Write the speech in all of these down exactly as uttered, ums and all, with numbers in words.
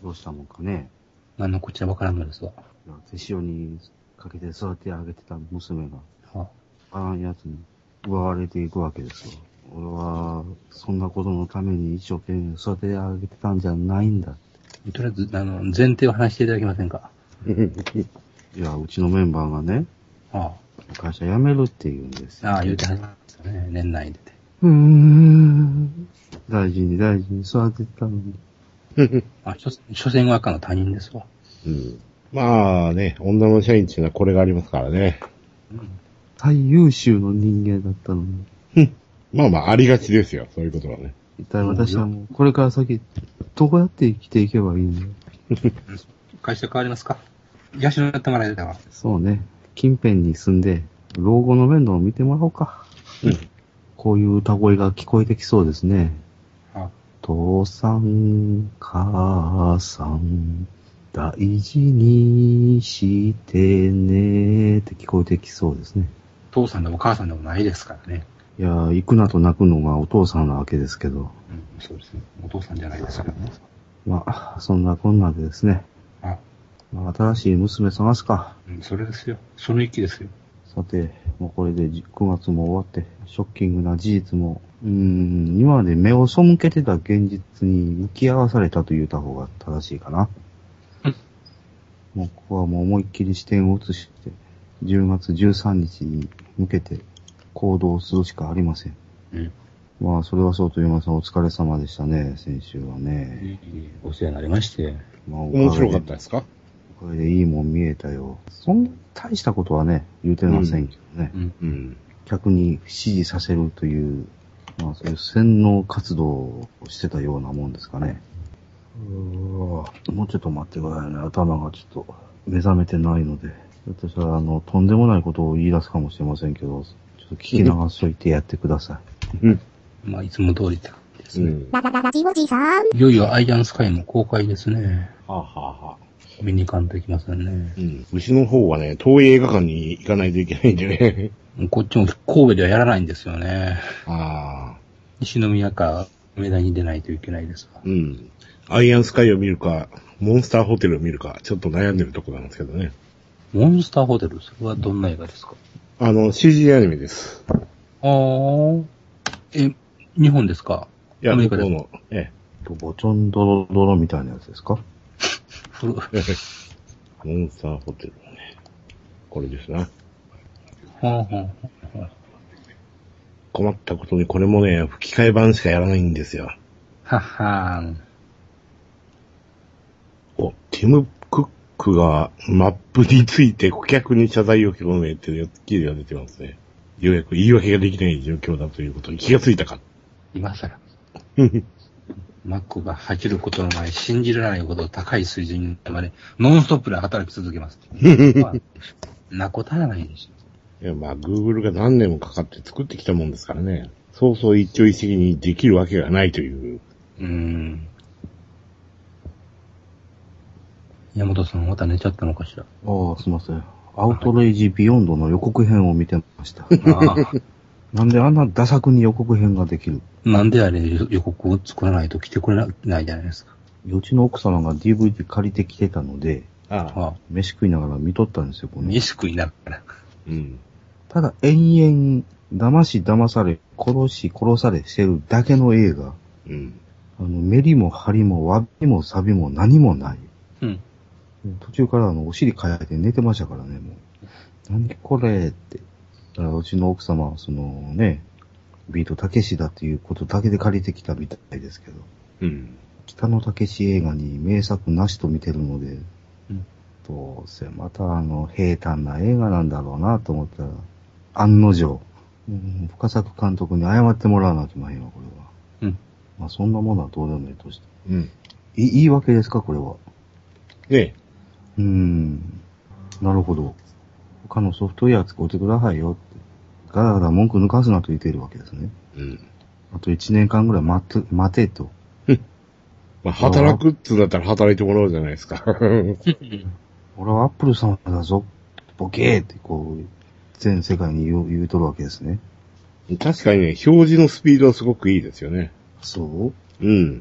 どうしたもんかね。 何のこっちゃわからんのですわ。 いや手塩にかけて育て上げてた娘が、 はあらんやつに奪われていくわけですよ。俺は、そんなことのために一生懸命育て上げてたんじゃないんだ。 とりあえず、あの、前提を話していただけませんか。 いや、うちのメンバーがね、 は会社辞めるって言うんですよ。 あ、ああ、言うてはりますよね。年内で。 うーん。大事に大事に育ててたのに。 あ、所所詮は赤の他人ですわ。 うん。まあね、女の社員っていうのはこれがありますからね。 うん。 最優秀の人間だったのに。 まあまあ、ありがちですよ、そういうことはね。 一体私はもう、これから先、どうやって生きていけばいいの？ 会社変わりますか？養ってもらえたわ。 そうね。近辺に住んで、老後の面倒を見てもらおうか。 うん。 こういう歌声が聞こえてきそうですね。 あ、 父さん、母さん、大事にしてねって聞こえてきそうですね。 父さんでも母さんでもないですからね。 いやー、行くなと泣くのがお父さんなわけですけど。 うん、そうですね。お父さんじゃないですけどね。 まあ、そんなこんなでですね。 あ、 まあ、新しい娘探すか。 うん、それですよ。その域ですよ。 さて、もうこれでくがつも終わって、ショッキングな事実も、うーん、今まで目を背けてた現実に向き合わされたと言った方が正しいかな。 うん。 もうここはもう思いっきり視点を移して、じゅうがつじゅうさんにちに向けて行動するしかありません。 うん。 まあ、それはそうと言いますが、お疲れ様でしたね、先週はね。 いいお世話になりまして。 まあ、 面白かったですか？ これでいいもん見えたよ。そんな大したことはね、言うてませんけどね。 うん。 うん。 客に支持させるという、まあそういう洗脳活動をしてたようなもんですかね。うーもうちょっと待ってくださいね。頭がちょっと目覚めてないので。私はあの、とんでもないことを言い出すかもしれませんけど、ちょっと聞き流しといてやってください。 うん。 まあ、いつも通りって感じですね。 うん。 ララララジオジさん。 いよいよアイアンスカイも公開ですね。 はあ、はあはあ、 見に行かんといけませんね。 うん。うちの方はね、東映映画館に行かないといけないんでね。 こっちも神戸ではやらないんですよね。 ああ。 西宮か梅田に出ないといけないですわ。 うん。アイアンスカイを見るか、モンスターホテルを見るか、ちょっと悩んでるとこなんですけどね。 モンスターホテル、それはどんな映画ですか？ あの、シージー アニメです。 あー。え、日本ですか？ いや、 アメリカです向こうの、えとボチョンドロドロみたいなやつですか？ 古はえ。モンスターホテルのね、これですな。 あ、はあはあ、 困ったことにこれもね、吹き替え版しかやらないんですよ。 ははーん。 お、ティム・クックがマップについて顧客に謝罪を表明っていう記事が出てますね。ようやく言い訳ができない状況だということに気がついたか。 今更。マックが恥じることのない信じられないほど高い水準までノンストップで働き続けます。まあ、なことはないでしょ。 いや、まあ、Google が何年もかかって作ってきたもんですからね。そうそう一朝一夕にできるわけがないという。 うーん。山本さんまた寝ちゃったのかしら。 ああ、すいません。アウトレイジビヨンドの予告編を見てました。 ああ。 なんであんなダ作に予告編ができる？ なんであれ予告を作らないと来てくれないじゃないですか。 うちの奥様が ディーブイディー 借りてきてたので、 ああ。 ああ、 飯食いながら見とったんですよ、この。 飯食いながら。 うん。 ただ延々、騙し騙され、殺し殺されしてるだけの映画。 うん。 あの、メリもハリもワビもサビも何もない。 うん。 途中からあの、お尻かいて寝てましたからね、もう。何これって。だからうちの奥様はそのね、ビートたけしだっていうことだけで借りてきたみたいですけど。 うん。 北野武映画に名作なしと見てるので、 うん、 どうせまたあの平坦な映画なんだろうなと思ったら、案の定、うん、深作監督に謝ってもらわなきゃいけまへんわ、これは。 うん。 まあそんなものはどうでもいいとして。 うん。 い言い訳ですか、これは。 ねうーん。なるほど。他のソフトウェア使ってくださいよって。ガラガラ文句抜かすなと言っているわけですね。 うん。 あと一年間ぐらい待って、待てと。 まあ、働くっつうんだったら働いてもらうじゃないですか。 俺はアップル様だぞ、ボケーってこう、全世界に言う、言うとるわけですね。 確かにね、表示のスピードはすごくいいですよね。 そう？ うん。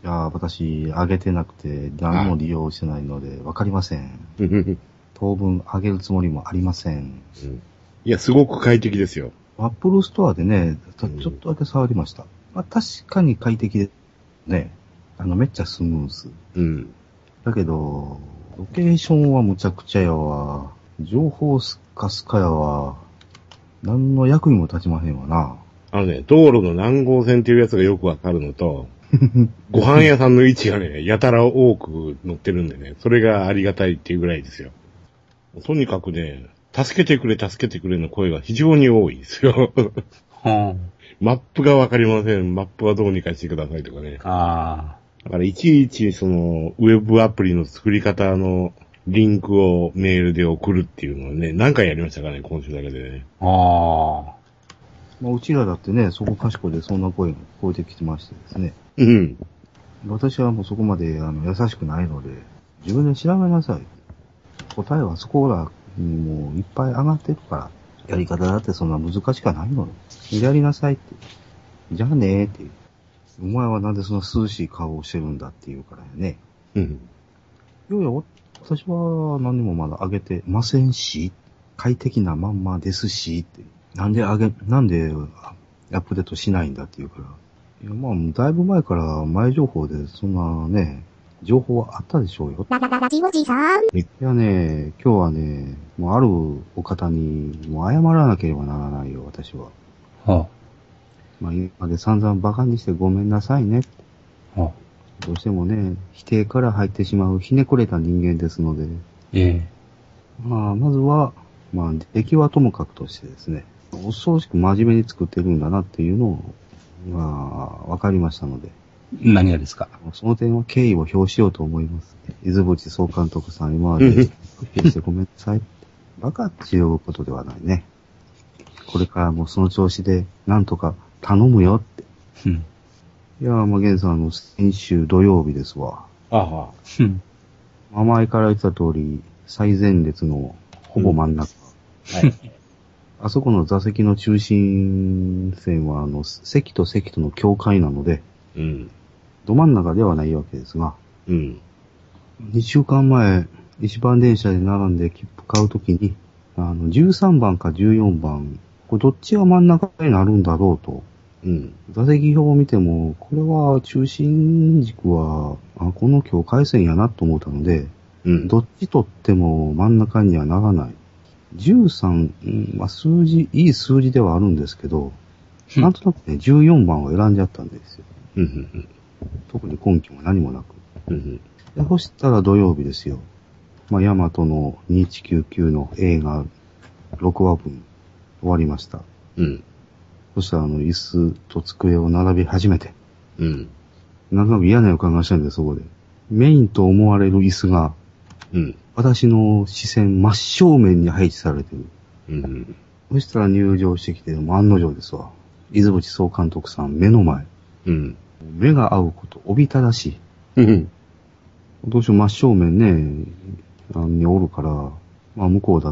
いやー、私、上げてなくて、何も利用してないので、わかりません。当分上げるつもりもありません。うん、 いや、すごく快適ですよ。 アップルストアでね、ちょっとだけ触りました。うん、まあ、確かに快適で、ね、あの、めっちゃスムーズ。うん。だけど、ロケーションはむちゃくちゃやわ。情報スカスカやわ。何の役にも立ちまへんわな。 あのね、道路の何号線っていうやつがよくわかるのと、ご飯屋さんの位置がね、やたら多く載ってるんでね、それがありがたいっていうぐらいですよ。とにかくね、助けてくれ、助けてくれの声が非常に多いですよ。はあ、マップがわかりません。マップはどうにかしてくださいとかね。ああ。だからいちいちその、ウェブアプリの作り方のリンクをメールで送るっていうのをね、何回やりましたかね、今週だけでね。ああ。 まあ、うちらだってね、そこかしこでそんな声が聞こえてきてましてですね。うん。私はもうそこまであの優しくないので、自分で調べなさい。答えはそこらにもういっぱい上がってるから、やり方だってそんな難しくはないのよ。やりなさいって。じゃあねーっていう。お前はなんでそんな涼しい顔をしてるんだって言うからやね。うん。いやいや、私は何にもまだ上げてませんし、快適なまんまですしって。なんで上げ、なんでアップデートしないんだって言うから。いや、まあ、だいぶ前から前情報でそんなね、情報はあったでしょうよ。ララララジオジさん。いやね、今日はね、もうあるお方にもう謝らなければならないよ、私は。はあ。まあ今まで散々バカにしてごめんなさいね。はあ。どうしてもね、否定から入ってしまうひねくれた人間ですので。ええ。まあ、まずは、まあ、出来はともかくとしてですね、恐ろしく真面目に作ってるんだなっていうのを、まあ、わかりましたので。 何がですか？ その点は敬意を表しようと思います。伊豆淵総監督さん、今まで決してごめんなさい。バカっていうことではないね。これからもその調子で、なんとか頼むよって。うん、いやー、まあ、現在の先週土曜日ですわ。ああ。うん。前から言ってた通り、最前列のほぼ真ん中。うん、はい。あそこの座席の中心線は、あの、席と席との境界なので、うん。ど真ん中ではないわけですが、うん。にしゅうかんまえ、一番電車で並んで切符買うときに、あの、じゅうさんばんかじゅうよんばん、これどっちが真ん中になるんだろうと。うん。座席表を見ても、これは中心軸は、あ、この境界線やなと思ったので、うん。どっちとっても真ん中にはならない。じゅうさん、うん、まあ、数字、いい数字ではあるんですけど、うん、なんとなくね、じゅうよんばんを選んじゃったんですよ。うんうんうん、特に根拠も何もなく。うんうん、でそしたら土曜日ですよ。まあ、ヤマトのにせんひゃくきゅうじゅうきゅうの映画ろくわぶん終わりました。うん。そしたらあの、椅子と机を並び始めて。うん。なんとなく嫌な予感がしたんで、そこで。メインと思われる椅子が、うん。私の視線真正面に配置されてる。うんうん。そしたら入場してきて、案の定ですわ。伊豆淵総監督さん目の前。うん。目が合うこと、おびただしい。うん。どうしても真正面ね、あのにおるから、まあ向こうだって、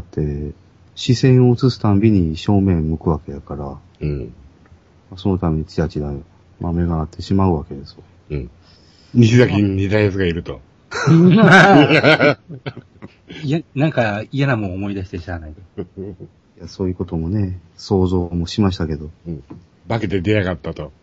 視線を移すたんびに正面向くわけやから、うん。そのためにチラチラ、まあ目が合ってしまうわけですわ。うん。 西崎に似たやつがいると。 いや、なんか嫌なもん思い出してしゃあないで。 いや、そういうこともね、想像もしましたけど。 うん。化けて出やがったと。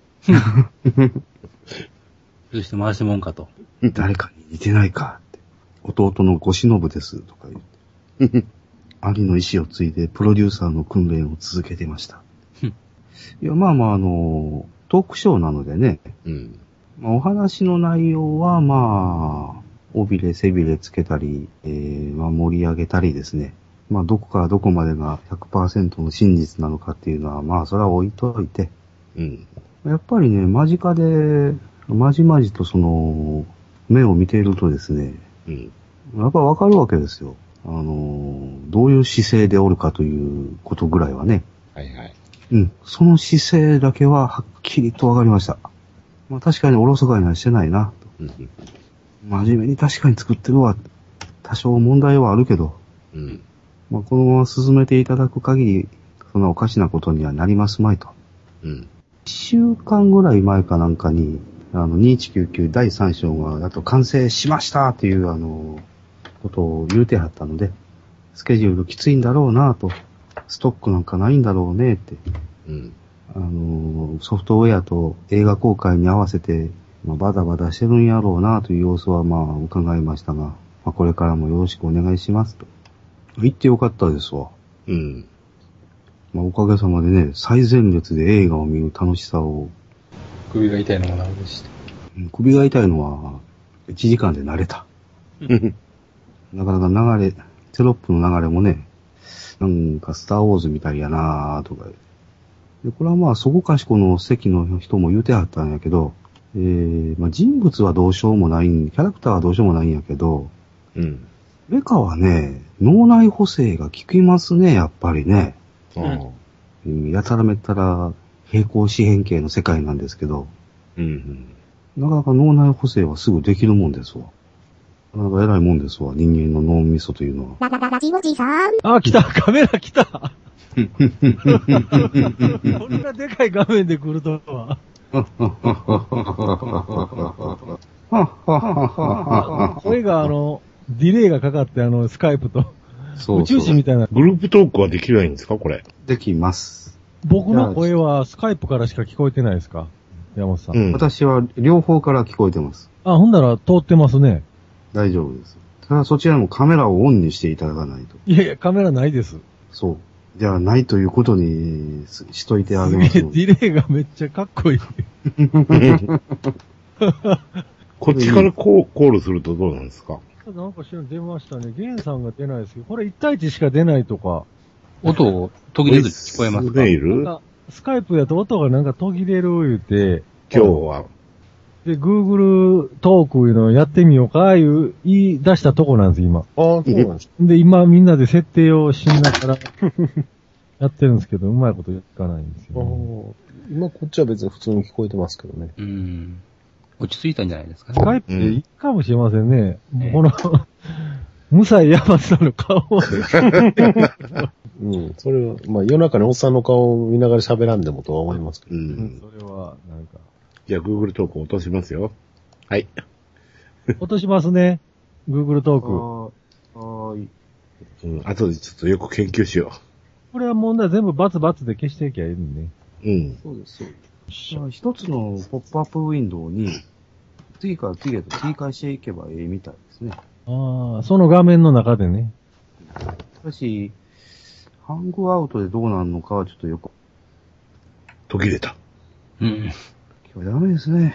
そして回しもんかと。 誰かに似てないかって。弟のごしのぶですとか言って。兄の意思を継いでプロデューサーの訓練を続けてました。いや、まあまああの、トークショーなのでね。うん。まあ、お話の内容はまあ、尾びれ背びれつけたり、えー、まあ盛り上げたりですね。まあどこからどこまでが ひゃくパーセント の真実なのかっていうのは、まあそれは置いといて。うん。やっぱりね、間近で、まじまじとその、目を見ているとですね、うん。やっぱわかるわけですよ。あの、どういう姿勢でおるかということぐらいはね。はいはい。うん。その姿勢だけははっきりとわかりました。まあ確かにおろそかにはしてないな。うん。真面目に確かに作ってるわ。多少問題はあるけど。うん。まあこのまま進めていただく限り、そんなおかしなことにはなりますまいと。うん。一週間ぐらい前かなんかに、 あの、にせんひゃくきゅうじゅうきゅうだいさん章が、あと完成しましたっていう、あの、ことを言うてはったので、スケジュールきついんだろうなと、ストックなんかないんだろうねって、 うん。 あの、ソフトウェアと映画公開に合わせて、まあ、バタバタしてるんやろうなという様子はまあ伺いましたが、まあ、これからもよろしくお願いしますと。言ってよかったですわ。 うん。 まあ、おかげさまでね、最前列で映画を見る楽しさを。 首が痛いのもなるし。 首が痛いのはいちじかんで慣れた。なかなか流れ、テロップの流れもね、なんかスターウォーズみたいやなぁとか。で、これはまあそこかしこの席の人も言うてはったんやけど、えー、まあ人物はどうしようもないん、キャラクターはどうしようもないんやけど、 うん。 メカはね、脳内補正が効きますね、やっぱりね。 うん。 やたらめったら平行四辺形の世界なんですけど、 うん。 なかなか脳内補正はすぐできるもんですわ。なかなか偉いもんですわ、人間の脳みそというのは。 ララララジオジさん。 あ、来た、カメラ来た。こんなでかい画面で来るとは。声があの、ディレイがかかってあの、スカイプと。 そうそう。 宇宙人みたいな。 グループトークはできないんですかこれ。 できます。 僕の声はスカイプからしか聞こえてないですか山本さん。 うん。 私は両方から聞こえてます。 あ、ほんなら通ってますね。 大丈夫です。ただそちらもカメラをオンにしていただかないと。 いやいや、カメラないです。 そう。じゃあないということにしといてあげすげえ、 ますので。 ディレイがめっちゃかっこいい。 こっちからコーコールするとどうなんですかなんか知らん、出ましたね。ゲンさんが出ないですけど、これいち対いちしか出ないとか。 音を途切れずに聞こえますか？ メールなんか、スカイプやと音がなんか途切れる言うて、 今日は。 で、Google トークいうのをやってみようか、いう、言い出したとこなんです、今。 ああ、そうなんです。 で、今みんなで設定をしながら、やってるんですけど、うまいこといかないんですよ、ね。 今こっちは別に普通に聞こえてますけどね。 うん。落ち着いたんじゃないですかスカね。 イプでいいかもしれませんね。 うん、 この、無才山さんの顔を。 うん。それは、まあ夜中におっさんの顔を見ながら喋らんでもとは思いますけど。 ううんん。それは、なんか。 じゃあ Google トーク落としますよ。はい。 落としますね。Google トーク。 はーい。 うん。後でちょっとよく研究しよこれは問題全部バツバツで消していきゃいいんでね。 う。うん。 そうです、そうです。一つのポップアップウィンドウに、次から次へと切り返していけばいいみたいですね。 ああ、その画面の中でね。 しかし、ハングアウトでどうなるのかはちょっとよく。 途切れた。 うん。 今日はダメですね。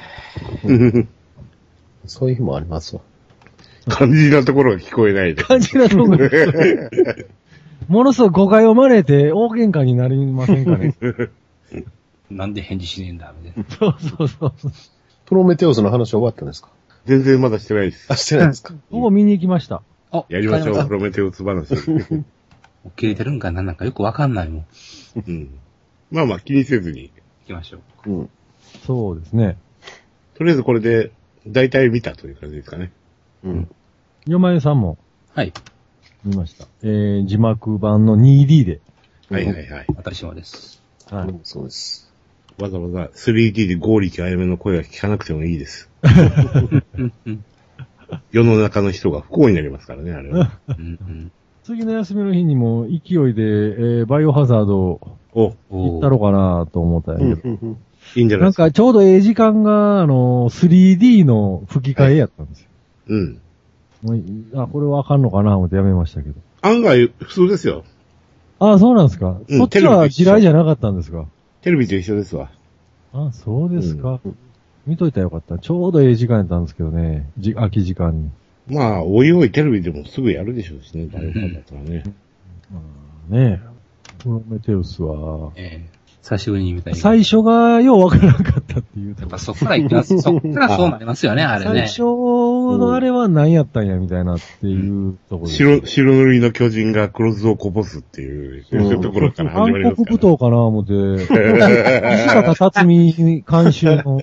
そういう日もありますわ。 肝心なところが聞こえないで。 感じなところものすごい誤解を招いて大喧嘩になりませんかね。 なんで返事しねえんだ、みたいな。 そうそうそう。 プロメテウスの話終わったんですか？ 全然まだしてないですあ、。してないですか？ ここ見に行きました。 あ、 やりましょう、 帰プロメテウス話。 切れてるんかなんなんかよくわかんないもん。 うん。まあまあ気にせずに。 行きましょう。 うん。 そうですね。 とりあえずこれで、大体見たという感じですかね。 うん。 よまゆさんもはい。 見ました。えー、字幕版の ツーディー で。 はいはいはい。 私もです。 はい。 うんそうです。 わざわざ スリーディー で剛力あやめの声が聞かなくてもいいです。 うんうん世の中の人が不幸になりますからね、あれは。 うんうん次の休みの日にも勢いで、えー、バイオハザードをお、 行ったろうかなと思ったんやけど。 いいんじゃないなんですか。 かちょうどええ時間が、あの、スリーディー の吹き替えやったんですよ。 うん。 もうあ、これはあかんのかな思ってやめましたけど。 案外、普通ですよ。 ああ、そうなんですか。 うんそっちは嫌いじゃなかったんですか。 テレビと一緒ですわ。 あ、そうですか。見といたらよかった。ちょうどええ時間やったんですけどね。じ、空き時間に。 まあ、おいおいテレビでもすぐやるでしょうしね、誰かだったらね。 まあねえ。プロメテウスは、 ええ久しぶりに見たい。 最初がようわからなかったっていうとこやっぱそっから行きます。そっからそうなりますよね、あれね。 最初のあれは何やったんやみたいなっていうところで。 白、白塗りの巨人がクロスをこぼすっていう、そういうところから始まりますから。 韓国舞踏かな思って、石方辰巳監修の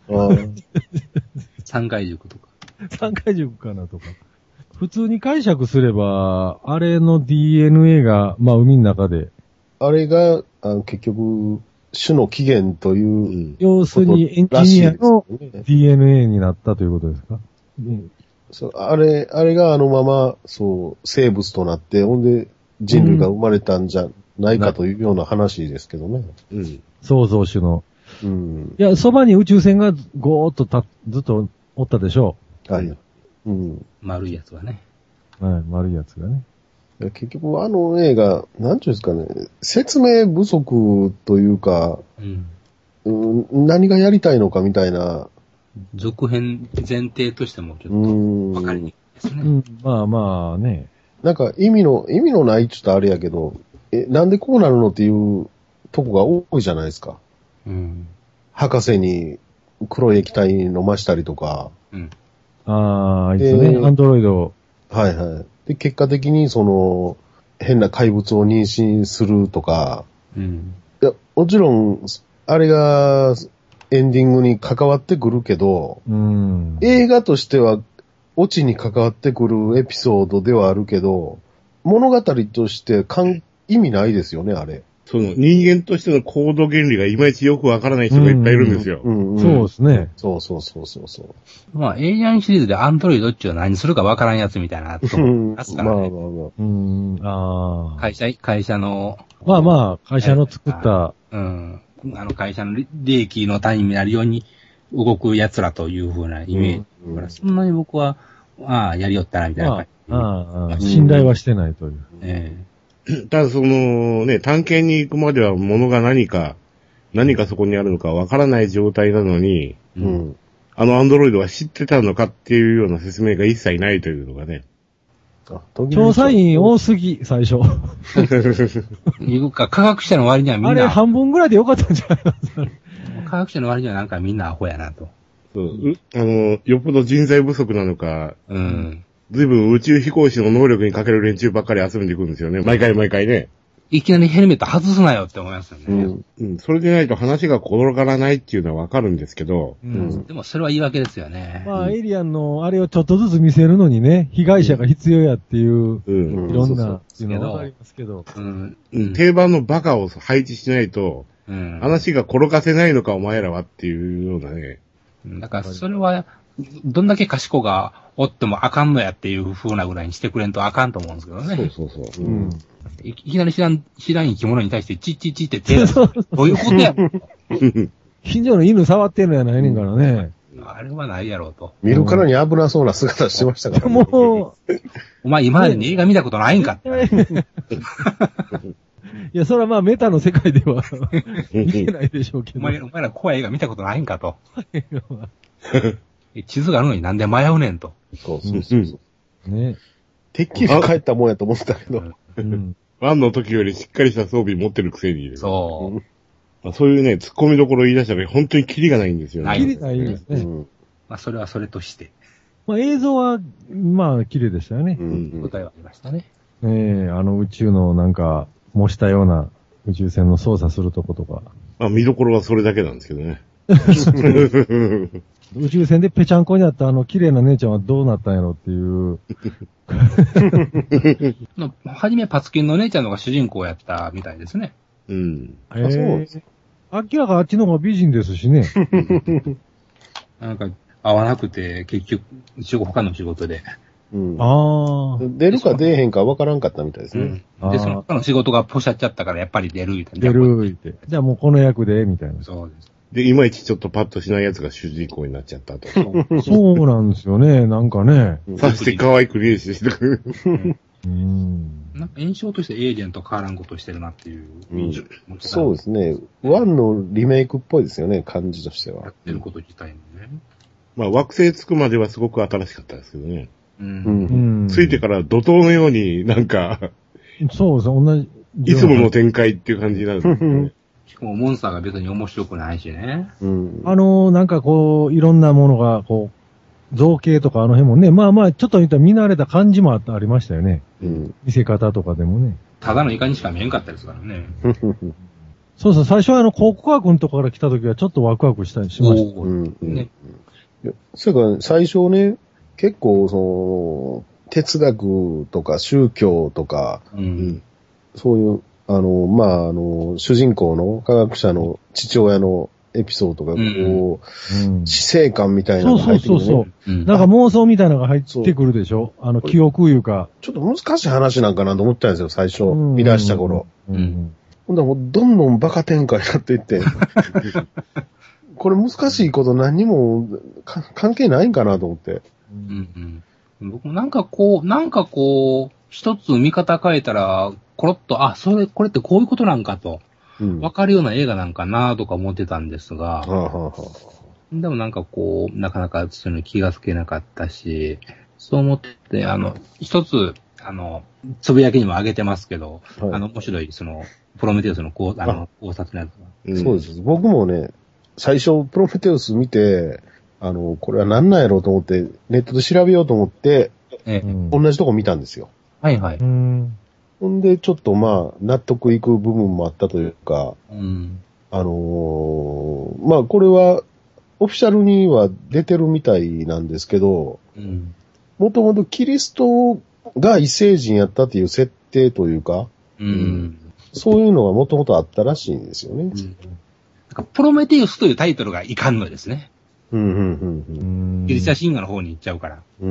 三回塾とか。 三回塾かなとか。普通に解釈すれば、あれの ディーエヌエー が、まあ海の中で。 あれが、あの結局、 種の起源という、 ん、要するにエンジニアの ディーエヌエー になったということですか、うん、 そう、あれ、あれがあのまま、そう、生物となって、ほんで人類が生まれたんじゃないかというような話ですけどね。 うん。創造主の。 うん。 いや、そばに宇宙船がゴーっとた、ずっとおったでしょう。はい。うん。 丸いやつがね。 はい、丸いやつがね。 結局あの映画、なんていうんですかね、説明不足というか、うん、うん、何がやりたいのかみたいな。 続編前提としてもちょっとわかりにくいですね。うん、 まあまあね。 なんか意味の、意味のないって言ったらあれやけど、え、なんでこうなるのっていうとこが多いじゃないですか。うん、博士に黒い液体飲ましたりとか。うん、 ああ、あいつね、アンドロイド。 はいはい。で、結果的にその、変な怪物を妊娠するとか、うん、いや、もちろん、あれがエンディングに関わってくるけど、うん、映画としては、オチに関わってくるエピソードではあるけど、物語としてかん意味ないですよね、あれ。 その人間としての行動原理がいまいちよくわからない人がいっぱいいるんですよ。 うんうん、そうですね。 そうそうそうそうそう。 まあ、エイリアンシリーズでアンドロイドっていうのは何するかわからんやつみたいなと思いますからね。まあまあまあ。うん、あ会社、会社の。 まあまあ、会社の作った。 うん。あの会社の利益の単位になるように動く奴らというふうなイメージ。うんうん、そんなに僕は、ああ、やりよったな、みたいな感じ。 ああ、ああ、信頼はしてないという。ええただそのね、探検に行くまでは物が何か、何かそこにあるのかわからない状態なのに、うん、あのアンドロイドは知ってたのかっていうような説明が一切ないというのがね。 調査員多すぎ、最初。 いうか、科学者の割にはみんな。 あれ半分ぐらいでよかったんじゃないですか。 科学者の割にはなんかみんなアホやなと。 そう、あの、よっぽど人材不足なのか、うん。ずいぶん宇宙飛行士の能力にかける連中ばっかり集めていくんですよね。毎回毎回ね。 いきなりヘルメット外すなよって思いますよね。 うん。うん。それでないと話が転がらないっていうのはわかるんですけど。 うん。うん、でもそれは言い訳ですよね。 まあ、エイリアンのあれをちょっとずつ見せるのにね、被害者が必要やっていう、うん。いろんな、っていうのはわかりますけど。 うん。うん。定番のバカを配置しないと、うん。話が転がせないのかお前らはっていうようなね。 だからそれは、どんだけ賢がおってもあかんのやっていう風なぐらいにしてくれんとあかんと思うんですけどね。 そうそうそう。うん、 いきなり知らん、知らん生き物に対してチッチッチッって手出す。どういうことや近所の犬触ってるのやないねんからね。 あれはないやろうと。 見るからに危なそうな姿してましたから、ね。 もう、 お前今までに映画見たことないんかって。 いや、それはまあメタの世界では見てないでしょうけど。 お前、お前ら怖い映画見たことないんかと。地図があるのになんで迷うねんと。 そうそうそうそう。ね。てっきり帰ったもんやと思ったけど。 うん。ワンの時よりしっかりした装備持ってるくせに。 そう。 そういうね、突っ込みどころ言い出したら本当にキリがないんですよね。 キリないですね。うん、 まあそれはそれとして。 まあ映像は、まあ綺麗でしたよね。 うん。答えはありましたね。 ええー、あの宇宙のなんか、模したような宇宙船の操作するとことか。 まあ見どころはそれだけなんですけどね。 宇宙船でぺちゃんこになったあの綺麗な姉ちゃんはどうなったんやろっていう。 はじめパツキンの姉ちゃんのが主人公やったみたいですね。 うん。 えー、あ、そうです。明らかあっちの方が美人ですしね。 なんか合わなくて結局他の仕事で。 うん、ああ。出るか出えへんか分からんかったみたいですね。 うん、で、その他の仕事がポシャっちゃったからやっぱり出るみたいな。出るって。じゃあもうこの役で、みたいな。 そうです。 で、いまいちちょっとパッとしないやつが主人公になっちゃったと。 そうなんですよね、なんかね。 さして可愛く練習してくる。 うん。なんか印象としてエイリアンと変わらんことしてるなっていう印象、 うん。そうですね。ワンのリメイクっぽいですよね、感じとしては。 やってること自体もね。 まあ惑星着くまではすごく新しかったですけどね。 うん。 ついてから怒涛のようになんかそうです、同じ。 いつもの展開っていう感じになるんですね。 しかもモンスターが別に面白くないしね。 うん。あのー、なんかこう、いろんなものが、こう、造形とかあの辺もね、まあまあ、ちょっと言ったら見慣れた感じも あ, ありましたよね。うん。見せ方とかでもね。 ただのイカにしか見えんかったですからね。 そうそう、最初はあの、考古学のところから来た時はちょっとワクワクしたりしました。うん。ね。 それから最初ね、結構その、哲学とか宗教とか、うん、そういうあの、まあ、あの、主人公の科学者の父親のエピソードが、こう、うん、死生観みたいなのが入ってくる、ね。 そうそうそうそう、うん。なんか妄想みたいなのが入ってくるでしょ、あの、記憶いうか。 ちょっと難しい話なんかなと思ったんですよ、最初。見出した頃。うんうん、ほんだらもうどんどんバカ展開になっていって。これ難しいこと何にも関係ないんかなと思って。 うんうん、僕もなんかこう、なんかこう、一つ見方変えたら、コロッと、あ、それ、これってこういうことなんかと。うん、わかるような映画なんかなとか思ってたんですが、はあはあ、でもなんかこう、なかなかそういうの気がつけなかったし、そう思って、あの、一つ、あの、つぶやきにも上げてますけど、はい、あの、面白い、その、プロメテウスの考あの考察のやつが、 うん。そうです。僕もね、最初、プロメテウス見て、あの、これは何なんやろうと思って、ネットで調べようと思って、ええ、同じとこ見たんですよ。 はいはい。うんほんで、ちょっとまあ、納得いく部分もあったというか、うん、あのー、まあ、これは、オフィシャルには出てるみたいなんですけど、もともとキリストが異星人やったっていう設定というか、うん、そういうのがもともとあったらしいんですよね。うん、なんかプロメテウスというタイトルがいかんのですね。うんうんうんうん、ギリシャ神話の方に行っちゃうから。うん、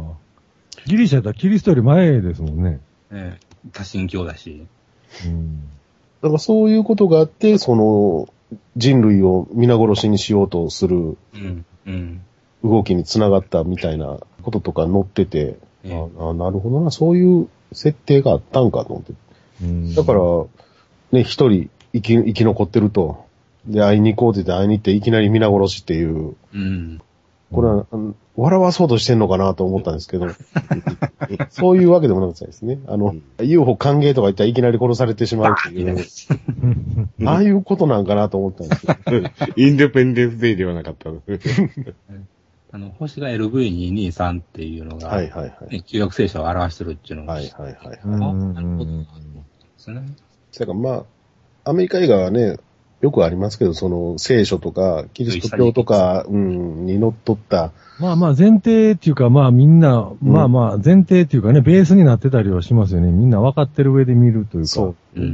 あギリシャだキリストより前ですもんね。 ええ、多神教だし。 うん。だからそういうことがあって、その、人類を皆殺しにしようとする、うんうん、動きにつながったみたいなこととか載ってて、ええ、ああなるほどな、そういう設定があったんかと思って。うん、だから、ね、一人生き、生き残ってると。で、会いに行こうって言って会いに行っていきなり皆殺しっていう。うんこれは、うん、笑わそうとしてんのかなと思ったんですけど、そういうわけでもなかったですね。あの、うん、ユーフォー 歓迎とか言ったらいきなり殺されてしまうっていう、ああいうことなんかなと思ったんですけど。 インデペンデンスデイではなかったの。 あの、星が エルブイにひゃくにじゅうさん っていうのが、はいはいはい。ね、旧約聖書を表してるっていうのが、はいはいはい、はい。あ、なるほど。 ですね。だからまあ、アメリカ映画はね、よくありますけど、その聖書とか、キリスト教とか、うん、にのっとった。 まあまあ前提っていうか、まあみんな、うん、まあまあ前提っていうかね、ベースになってたりはしますよね。みんな分かってる上で見るというか。そう。うんうん、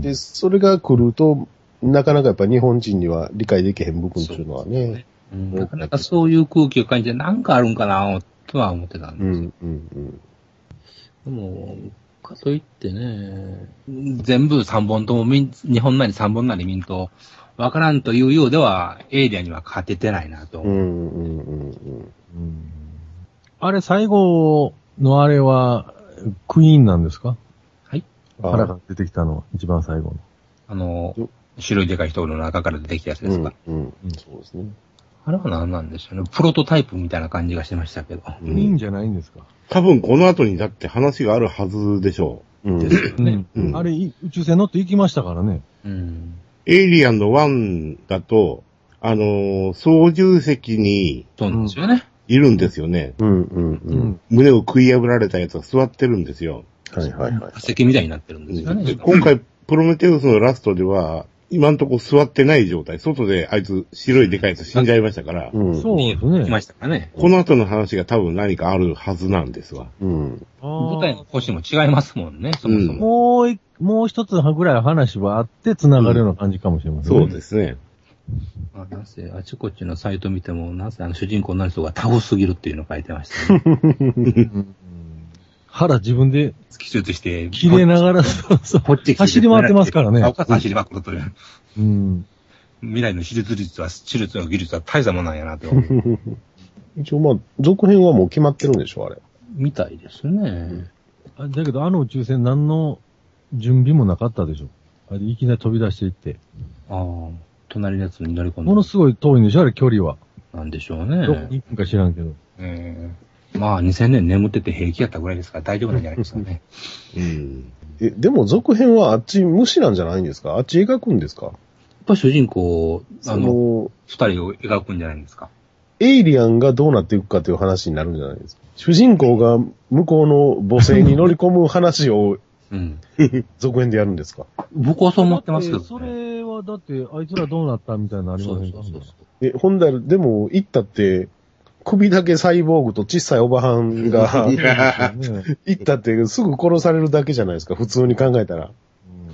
で、それが来ると、なかなかやっぱ日本人には理解できへん部分っていうのはね。 うん、なかなかそういう空気を感じて、なんかあるんかな、とは思ってたんですよ。うんうんうん、でも、かといってね、全部さんぼんとも見、日本なりさんぼんなり見んと、わからんというようでは、エイリアンには勝ててないなと。うんうんうんうん、 あれ、最後のあれは、クイーンなんですか？はい。腹が出てきたのは、一番最後の。 あの、白いでかい人の中から出てきたやつですか？うん、うん、そうですね。あれは何なんでしょうね。プロトタイプみたいな感じがしてましたけど。 クイーンじゃないんですか？ 多分この後にだって話があるはずでしょう。うん、ですよね、うん。あれ、宇宙船乗って行きましたからね。 うん、エイリアンのワンだと、あのー、操縦席に、 そうなんですよね。 いるんですよね。うんうんうん。胸を食い破られたやつが座ってるんですよ。 はいはいはい。化石みたいになってるんですよね。 今回、プロメテウスのラストでは、今んとこ座ってない状態。外であいつ白いでかいやつ死んじゃいましたから。 うん、そうですね。 来ましたかね。 この後の話が多分何かあるはずなんですわ。うん。 舞台の星も違いますもんね、そもそも。うん、 もう、もう一つぐらい話はあって繋がるような感じかもしれませんね。うん、そうですね。 あなんせ、あちこちのサイト見ても、なんせあの主人公の人がタフすぎるっていうのを書いてましたね。 腹自分で、 気術して、 切れながら、そうそう。こっち走り回ってますからね。 走り回るという。うん。未来の手術率は、手術の技術は大したもんなんやなと。 一応まあ、続編はもう決まってるんでしょ、あれ。 みたいですね。 うん、だけど、あの宇宙船何の準備もなかったでしょ。あれいきなり飛び出していって。 ああ、隣のやつに乗り込んで。 ものすごい遠いんでしょ、あれ距離は。 なんでしょうね。 どこに行くか知らんけど。 ええー。まあ、にせんねん眠ってて平気やったぐらいですから大丈夫なんじゃないですかね。 うん。え、でも続編はあっち無視なんじゃないんですか？あっち描くんですか？ やっぱ主人公、あの、二人を描くんじゃないんですか？ エイリアンがどうなっていくかという話になるんじゃないですか？主人公が向こうの母星に乗り込む話を、うん。続編でやるんですか？ 僕はそう思ってますけど、ね。 それはだって、あいつらどうなったみたいなのありませんか？そうそうそうそう。 え、ほんだら、でも、行ったって、首だけサイボーグと小さいおばはんが、行ったってすぐ殺されるだけじゃないですか、普通に考えたら。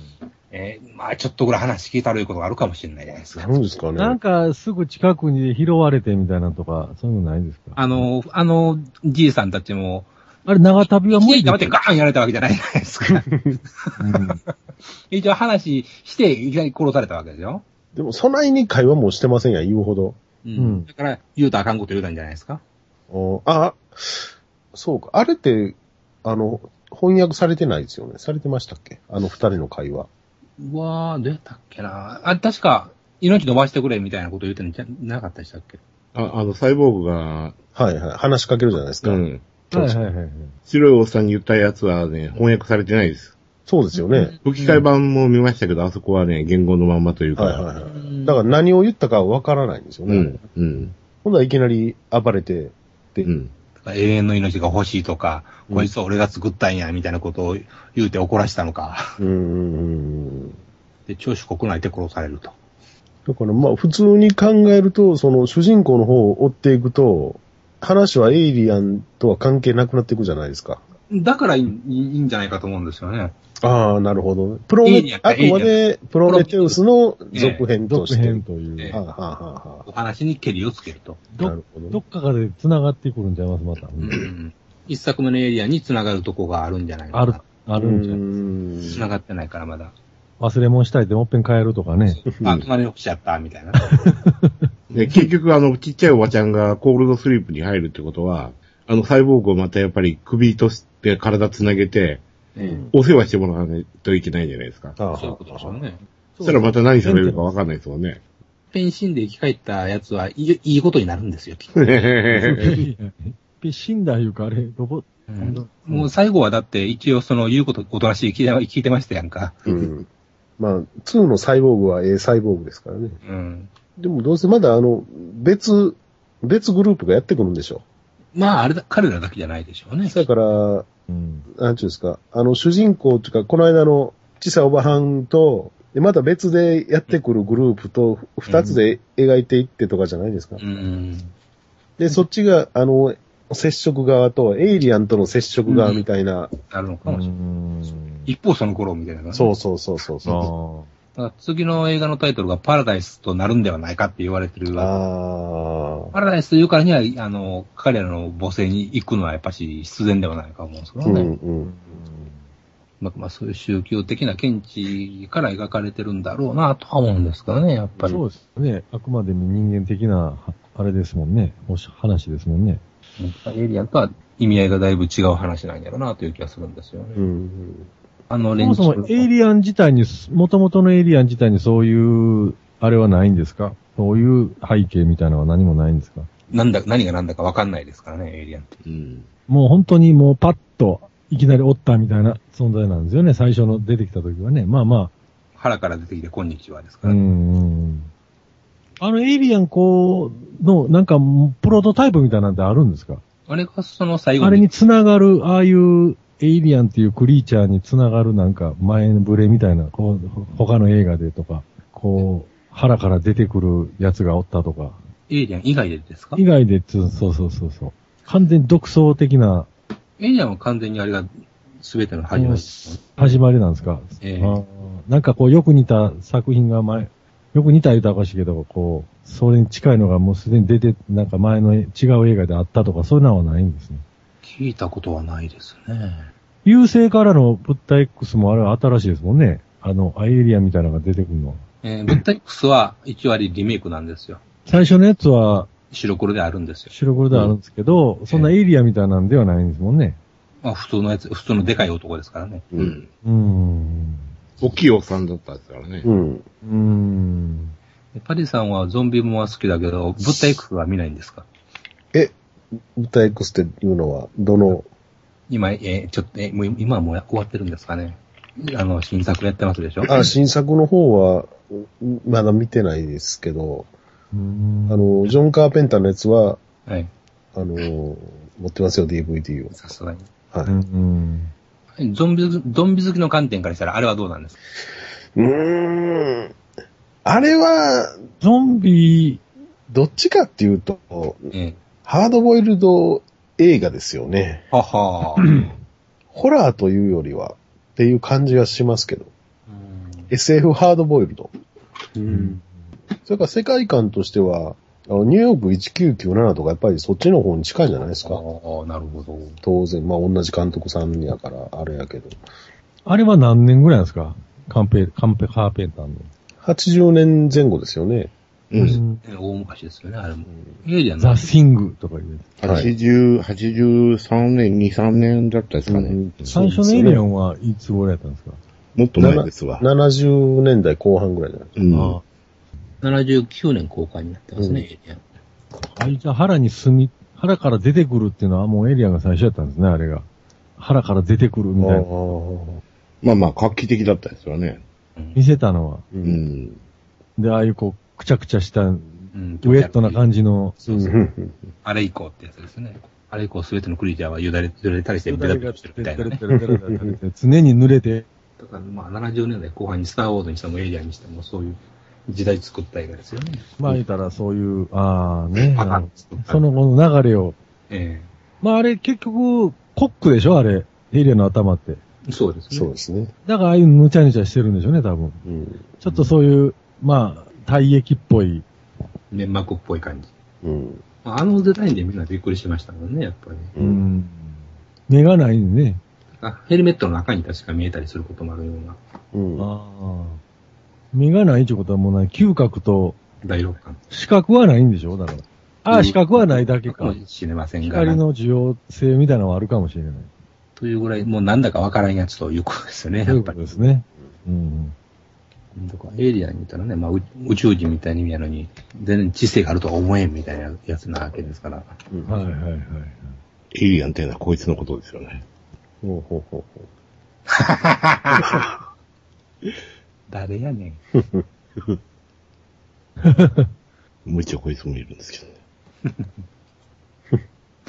えー、まあちょっとぐらい話聞いたるいうことがあるかもしれないじゃないですか。 なんですかね。 なんか、すぐ近くに拾われてみたいなとか、そういうのないですか？ あの、あの、じいさんたちも、 あれ、長旅は無理黙ってガーンやられたわけじゃないじゃないですか。うん、一応話して、いきなり殺されたわけですよ。 でも、そないに会話もしてませんや、言うほど。 うん。だから、言うとあかんこと言うたんじゃないですか。 おあ、そうか。あれって、あの、翻訳されてないですよね。されてましたっけ？あの二人の会話。 うわー、どうやったっけな。あ、確か、命伸ばしてくれみたいなこと言ってんじゃなかったでしたっけ？ あ、あの、サイボーグが、 はいはい。話しかけるじゃないですか。 うん。 はいはいはいはい。 白いおっさんに言ったやつはね、翻訳されてないです。 そうですよね。 吹き替え版も見ましたけど、あそこはね、言語のまんまというか。はいはいはい。 だから何を言ったかわからないんですよね。 うん。うん。 今度はいきなり暴れて、で、 うん。 永遠の命が欲しいとか、うん、こいつは俺が作ったんや、みたいなことを言うて怒らしたのか。うんうんうん。で、長州国内で殺されると。 だからまあ普通に考えると、その主人公の方を追っていくと、話はエイリアンとは関係なくなっていくじゃないですか。 だからいい、いいんじゃないかと思うんですよね。 ああ、なるほど。プロメ、あくまでプロメテウスの続編として。 続編という。 ええはあはあはあ、お話にケリをつけると。 ど、なるほどどっかで繋がってくるんちゃいます、また。うん、 一作目のエイリアンに繋がるとこがあるんじゃないかな。 ある、あるんじゃないですか。繋がってないからまだ。 忘れ物したいってもっぺん帰るとかね。 あ、隣の来ちゃった、みたいな。 で結局あの、ちっちゃいおばちゃんがコールドスリープに入るってことは、あの、サイボーグをまたやっぱり首として体つなげて、うん、お世話してもらわないといけないんじゃないですか。 ああそういうことでしょうね。 そしたらまた何されるかわかんないですもんね。 変身で生き返ったやつはいい、いいことになるんですよ、きっと。 死んだいうか、あれ、ロボット、 うん、もう最後はだって一応その言うことおとなしい聞いて、聞いてましたやんか。 うん。まあ、ツーのサイボーグは A サイボーグですからね。うん。でもどうせまだあの、別、別グループがやってくるんでしょう。まあ、あれだ、彼らだけじゃないでしょうね。 だから、うん、なんちゅうんですか、あの、主人公っていうか、この間の小さいおばはんと、で、また別でやってくるグループと、二つで描いていってとかじゃないですか。うん。で、そっちが、あの、接触側と、エイリアンとの接触側みたいな。 うん、あるのかもしれない。一方その頃みたいな、ね。 そうそうそうそうそう。 だから次の映画のタイトルがパラダイスとなるんではないかって言われてるわけ。パラダイスというからには、あの、彼らの母性に行くのはやっぱし必然ではないかと思うんですけどね。うんうん、まあ、まあそういう宗教的な見地から描かれてるんだろうなとは思うんですからね、やっぱり。 そうですね。あくまでも人間的な、あれですもんね。話ですもんね。 エイリアンとは意味合いがだいぶ違う話なんやろうなという気がするんですよね。うん、 あの連中そもそもエイリアン自体に、元々のエイリアン自体にそういう、あれはないんですか？そういう背景みたいなのは何もないんですか？ なんだ、何が何だか分かんないですからね、エイリアンって。うん、 もう本当にもうパッと、いきなりおったみたいな存在なんですよね、最初の出てきた時はね。まあまあ。 腹から出てきて、こんにちはですから、ね。うん。 あのエイリアンこうの、なんか、プロトタイプみたいなんてあるんですか？ あれがその最後に。 あれに繋がる、ああいうエイリアンっていうクリーチャーに繋がるなんか前のブレみたいな、こう、他の映画でとか、こう、腹から出てくるやつがおったとか。 エイリアン以外でですか？ 以外で、そうそうそうそう。完全に独創的な。 エイリアンは完全にあれが全ての始まり、 始まりなんですか？ええー。なんかこうよく似た作品が前、よく似た言うたらおかしいけど、こう、それに近いのがもうすでに出て、なんか前の違う映画であったとか、そういうのはないんですね。 聞いたことはないですね。 優勢からのブッダ X もあれは新しいですもんね。あの、エイリアンみたいなのが出てくるの。 えー、ブッダ X は一割リメイクなんですよ。 最初のやつは、 白黒であるんですよ。 白黒であるんですけど、うん、そんなエイリアンみたいなんではないんですもんね。 まあ普通のやつ、普通のでかい男ですからね。 うん。うん。大きいおっさんだったんですからね。うん。うん。パリさんはゾンビもは好きだけど、ブッダ X は見ないんですか？ え、ブッダ X っていうのは、どの今、えー、ちょっと、えー、もう今はもう終わってるんですかね。あの、新作やってますでしょ？ あ、新作の方は、まだ見てないですけど、あの、ジョン・カーペンターのやつは、はい。あの、持ってますよ、ディーブイディー を。 さすがに。 はい。うんゾンビ、ゾンビ好きの観点からしたら、あれはどうなんですか？ うーん。あれは、 ゾンビ、 どっちかっていうと、ええ、ハードボイルド映画ですよね。ははホラーというよりは、っていう感じがしますけど。 エスエフ ハードボイルド。 うん。 それから世界観としては、あのニューヨークせんきゅうひゃくきゅうじゅうななとかやっぱりそっちの方に近いんじゃないですか。ああ、なるほど。 当然、まあ同じ監督さんやから、あれやけど。 あれは何年ぐらいなんですか？カンペ、カンペ、カーペンターの。 はちじゅうねんぜん後ですよね。 うん。大昔ですよね、あれも。エイリアンザ・シングとか言う。はちじゅう、はちじゅうさんねん、に、さんねんだったですかね。うん、 最初のエイリアンはいつ頃やったんですか？ もっと前ですわ。 ななじゅうねんだいこう半ぐらいじゃないですか。うん。 ななじゅうきゅうねん公開になってますね、うん、エイリアン。 あいつは腹に住み、腹から出てくるっていうのはもうエイリアンが最初やったんですね、あれが。腹から出てくるみたいな。 まあまあ、画期的だったですよね。 見せたのは。 うん。 で、ああいうこう、くちゃくちゃした、うん、ウェットな感じの。 そうそう。あれ以降ってやつですね。あれ以降すべてのクリーチャーはよだれ、よだれたりしてベタベタしてるみたいな、ね。 常に濡れて。 だからまあななじゅうねんだいこう半にスターウォーズにしてもエイリアンにしてもそういう時代作った映画ですよね。 まあ言ったらそういう、ああね。その後の流れを。 ええ。 まああれ結局、コックでしょあれ。エイリアンの頭って。 そうですね。 そうですね。 だからああいうぬちゃぬちゃしてるんでしょうね、多分。 うん、 ちょっとそういう、まあ、体液っぽい。 粘膜っぽい感じ。 うん。 あのデザインでみんなびっくりしましたもんね、やっぱり。 うん。目がないんでね。 あ、ヘルメットの中に確か見えたりすることもあるような。 うん。 ああ。目がないってことはもうない、嗅覚と、 第六感。 視覚はないんでしょだから。ああ、視覚はないだけか。 かもしれませんが。 光の需要性みたいなのはあるかもしれない。 というぐらい、もうなんだかわからんやつということですよね、やっぱり。 そういうことですね。うん。 とか、エイリアンにいたらね、まあ、宇宙人みたいに見えるのに、全然知性があるとは思えんみたいなやつなわけですから。 うん、はいはいはい。 エイリアンっていうのはこいつのことですよね。 ほうほうほうほう。誰やねん。 もう一応こいつもいるんですけどね。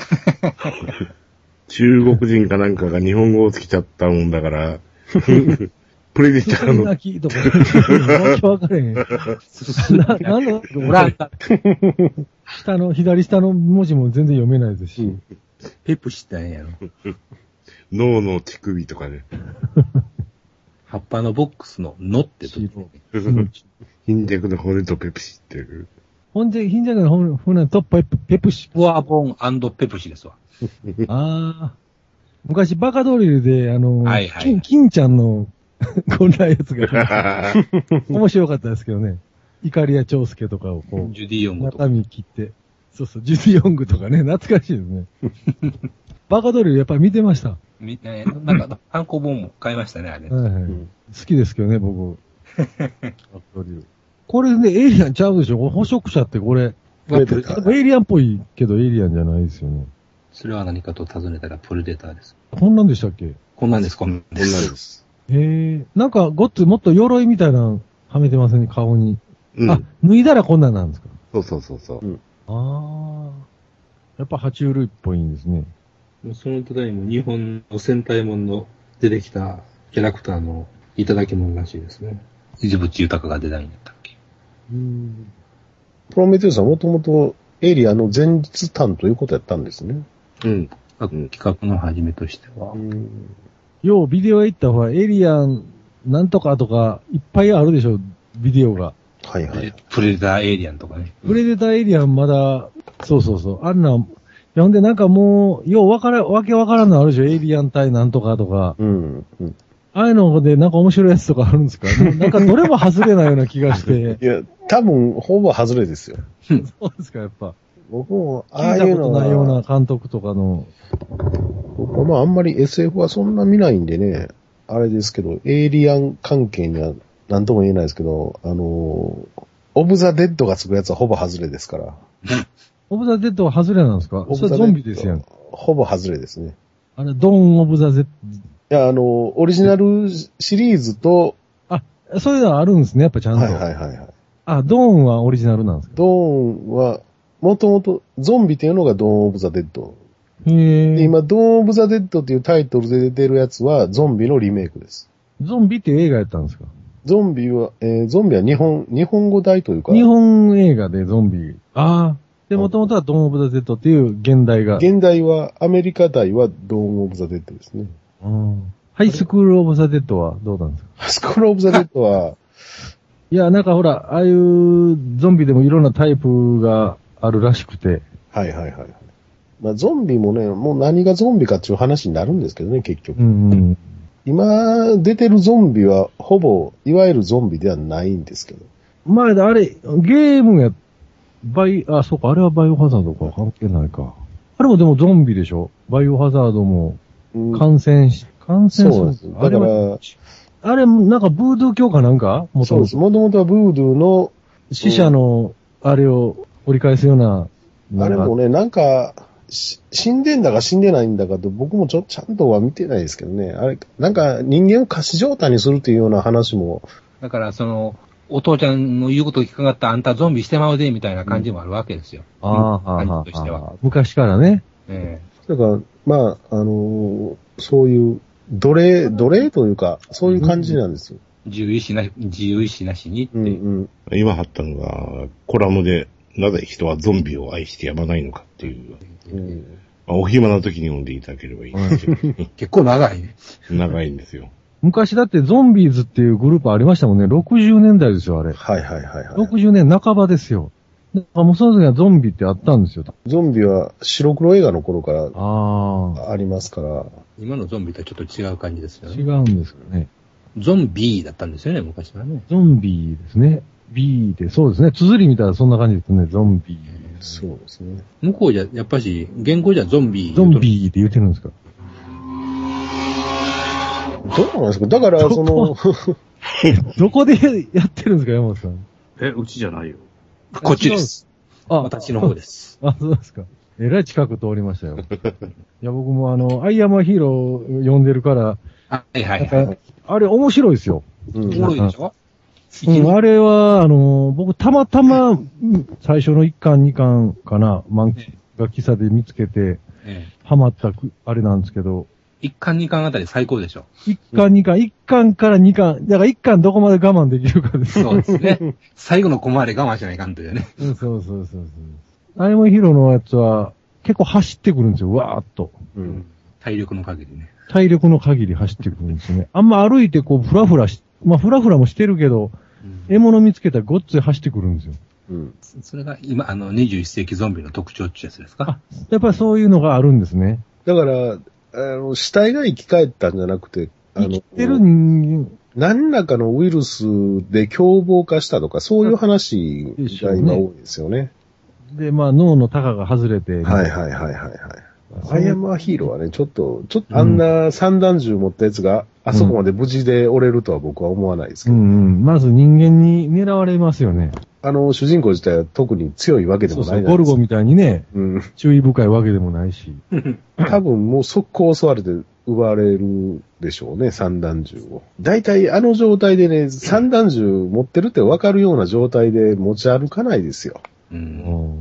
中国人かなんかが日本語をつけちゃったもんだから、プレデターの。 泣きとか、わけわかれへん。な、なんだ、おらんか。下の、左下の文字も全然読めないですし。 ペプシってんやろ。 脳の乳首とかね。 葉っぱのボックスののってとこ、 ね。貧弱の骨とペプシっていう。 ほんで、貧弱の骨とペプ、ペプシ。 ポアボン&ペプシですわ。 ああ。昔バカドリルで、あの、 はいはい、 金、金ちゃんの、こんなやつが、面白かったですけどね。イカリア長介とかをこう、 ジュディ・ヨングとか。 中身切って。そうそう、ジュディ・ヨングとかね、懐かしいですね。バカドリルやっぱり見てました。 み、えー、なんか、単行本も買いましたね、あれ。 はいはい。うん、好きですけどね、僕。バカドリル。これね、エイリアンちゃうでしょ？捕食者ってこれ。エイリアンっぽいけどエイリアンじゃないですよね。 それは何かと尋ねたらプレデターです。 こんなんでしたっけ？ こんなんです、こんなんです。 こんなんです。 へえ。なんか、ごっつもっと鎧みたいなのはめてませんね、顔に。 うん、 あ、脱いだらこんなんなんですか？ そうそうそうそう。うん、 ああ。やっぱ爬虫類っぽいんですね。 その時にも日本の戦隊もんの出てきたキャラクターのいただき物らしいですね。伊豆淵豊がデザインだったっけ。 うん。プロメテウスはもともとエイリアンの前日譚ということやったんですね。 うん。企画の始めとしては。うん、 ようビデオへ行った方がエイリアンなんとかとかいっぱいあるでしょ、ビデオが。 はいはい。 プレデターエイリアンとかね。 プレデターエイリアンまだ、そうそうそう。あんな、いやほんでなんかもう、ようわから、わけわからんのあるでしょ、エイリアン対なんとかとか。 うん。うん、 ああいうのでなんか面白いやつとかあるんですか？なんかどれも外れないような気がして。 いや、多分、ほぼ外れですよ。 そうですか、やっぱ。 僕も、ああいうのは。聞いたことないような監督とかの。 僕はまああんまり エスエフ はそんな見ないんでね、あれですけど、エイリアン関係には何とも言えないですけど、あのー、オブザ・デッドがつくやつはほぼ外れですから。 オブザ・デッドは外れなんですか？それゾンビですやん。 ほぼ外れですね。 あれ、ドーン・オブザ・デッド。いや、あのー、オリジナルシリーズと、 あ、そういうのはあるんですね、やっぱちゃんと。 はいはいはいはい。 あ、ドーンはオリジナルなんですか？ ドーンは、もともと、ゾンビっていうのがドーン・オブ・ザ・デッド。 へー。 今、ドーン・オブ・ザ・デッドっていうタイトルで出てるやつは、ゾンビのリメイクです。 ゾンビっていう映画やったんですか？ ゾンビは、えー、ゾンビは日本、日本語題というか。 日本映画でゾンビ。ああ。で、もともとはドーン・オブ・ザ・デッドっていう現代が。 現代は、アメリカ題はドーン・オブ・ザ・デッドですね。 うん。 ハイスクールオブザ・デッドはどうなんですか？ ハイスクールオブザ・デッドは、 いや、なんかほら、ああいうゾンビでもいろんなタイプがあるらしくて。 はいはいはい。まあゾンビもね、もう何がゾンビかっていう話になるんですけどね、結局。 うんうん、 今出てるゾンビはほぼ、いわゆるゾンビではないんですけど。 まあ、あれ、ゲームや、バイ、あ、そうか、あれはバイオハザードか、関係ないか。あれもでもゾンビでしょ？バイオハザードも感染し、うん、感染する。 そうです。だから、 あれ、なんかブードゥー教かなんかもそうです。もともとはブードゥーの死者の、あれを折り返すような。 あれもね、なんか、死んでんだか死んでないんだかと僕もちょっとちゃんとは見てないですけどね。あれ、なんか人間を仮死状態にするというような話も。 だからその、お父ちゃんの言うことを聞かなかったあんたゾンビしてまうで、みたいな感じもあるわけですよ。 うん、ああ、感じとしては。昔からね。 ええ。だから、まあ、あのー、そういう、奴隷、奴隷というか、そういう感じなんですよ。 自由意志なし、自由意志なしにって。うんうん、今貼ったのが、コラムで、なぜ人はゾンビを愛してやまないのかっていう。うんまあ、お暇な時に読んでいただければいいんですよ。 結構長いね。 長いんですよ。 昔だってゾンビーズっていうグループありましたもんね。ろくじゅうねんだいですよ、あれ。 はいはいはい、はい。 ろくじゅうねん半ばですよ。あ、もうその時はゾンビってあったんですよ。 ゾンビは白黒映画の頃からありますから。 今のゾンビとはちょっと違う感じですよね。 違うんですかね。 ゾンビーだったんですよね、昔はね。 ゾンビーですね。B で、そうですね。綴り見たらそんな感じですね。ゾンビー。 そうですね。 向こうじゃ、やっぱし、言語じゃゾンビー。 ゾンビーって言ってるんですか？ どうなんですか？だから、その、 どこでやってるんですか、山本さん。 え、うちじゃないよ。 こっちです。 あ、 私の方です。 あ、そうですか。えらい近く通りましたよ。いや、僕もあの、アイアムアヒーロー読んでるから、 はいはいはい。 あれ面白いですよ。 うん、面白いでしょ？ うん、あれは、あの、僕たまたま、最初のいっかんにかんかな、漫画喫茶で見つけて、ええ、ハマったあれなんですけど。 いっかんにかんあたり最高でしょ。 いっかんにかん、いっかんからにかん、だからいっかんどこまで我慢できるかです。 そうですね。最後のコマで我慢しないかんというね。 うん、そうそうそうそう。アイアムヒーローのやつは、結構走ってくるんですよ、わーっと。 うん。体力の限りね。 体力の限り走ってくるんですよね。あんま歩いてこう、ふらふらし、まあ、ふらふらもしてるけど、うん、獲物見つけたらごっつい走ってくるんですよ。 うん。それが今、あの、にじゅういっせいきゾンビの特徴ってやつですか？ あ、やっぱりそういうのがあるんですね。 だから、あの、死体が生き返ったんじゃなくて、あの、 生きてる人間。 何らかのウイルスで凶暴化したとか、そういう話が今多いですよね。 で、まあ、脳の高が外れて。 はいはいはいはいはい。アイアムアヒーローはね、ちょっと、ちょっとあんな散弾銃持ったやつが、あそこまで無事で折れるとは僕は思わないですけど。 うんうん。まず人間に狙われますよね。 あの、主人公自体は特に強いわけでもないじゃないですか。 そうそうゴルゴみたいにね、うん、注意深いわけでもないし。 多分もう速攻襲われて奪われるでしょうね、散弾銃を。大体あの状態でね、散弾銃持ってるって分かるような状態で持ち歩かないですよ。うん、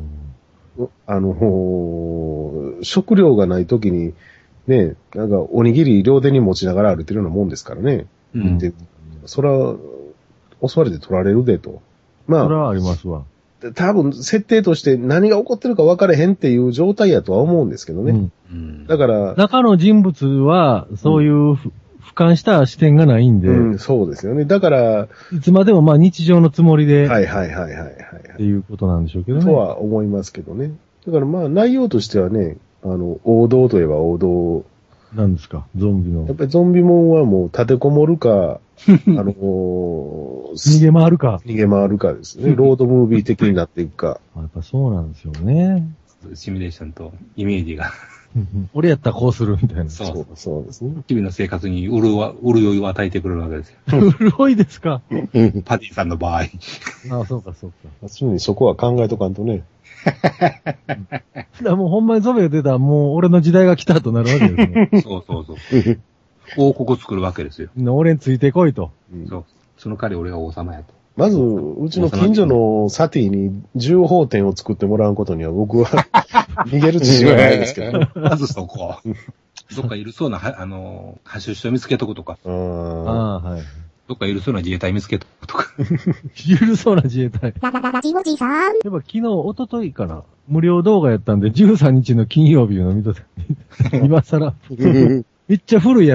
あの、食料がない時に、ね、なんかおにぎり両手に持ちながら歩いてるようなもんですからね。うん、でそれは、襲われて取られるでと。まあ、 それはありますわ。 多分、設定として何が起こってるか分かれへんっていう状態やとは思うんですけどね。うん、だから、 中の人物は、そういう、うん、俯瞰した視点がないんで、 うん。そうですよね。だから、 いつまでもまあ日常のつもりで、 はいはいはいはい、はい。 っていうことなんでしょうけどね。 とは思いますけどね。だからまあ内容としてはね、あの、王道といえば王道。 なんですか、ゾンビの。 やっぱりゾンビもんはもう立てこもるか、あのー、 逃げ回るか。 逃げ回るかですね。ロードムービー的になっていくか。 やっぱそうなんですよね。 シミュレーションとイメージが。 俺やったらこうするみたいな。 そう、そうですね。 日々の生活に潤わ、潤いを与えてくれるわけですよ。 潤いですかパディさんの場合。 ああ、そうかそうか。 常にそこは考えとかんとね。 だもうほんまにゾンビが出たらもう俺の時代が来たとなるわけですね。 そうそうそう。王国作るわけですよ。 俺についてこいと。 うん、そう。その代わり俺が王様やと。 まず、うちの近所のサティに銃砲店を作ってもらうことには僕は逃げる自信はないですけど。 まずそこ。どっかいるそうな、は、あの、派出所見つけとくとか。ああ、はい。どっかいるそうな自衛隊見つけとくとか。 いるそうな自衛隊。ララララジオジさん。やっぱ昨日、一昨日かな。無料動画やったんで、じゅうさんにちの金曜日の見とった。今更。めっちゃ古いやつ。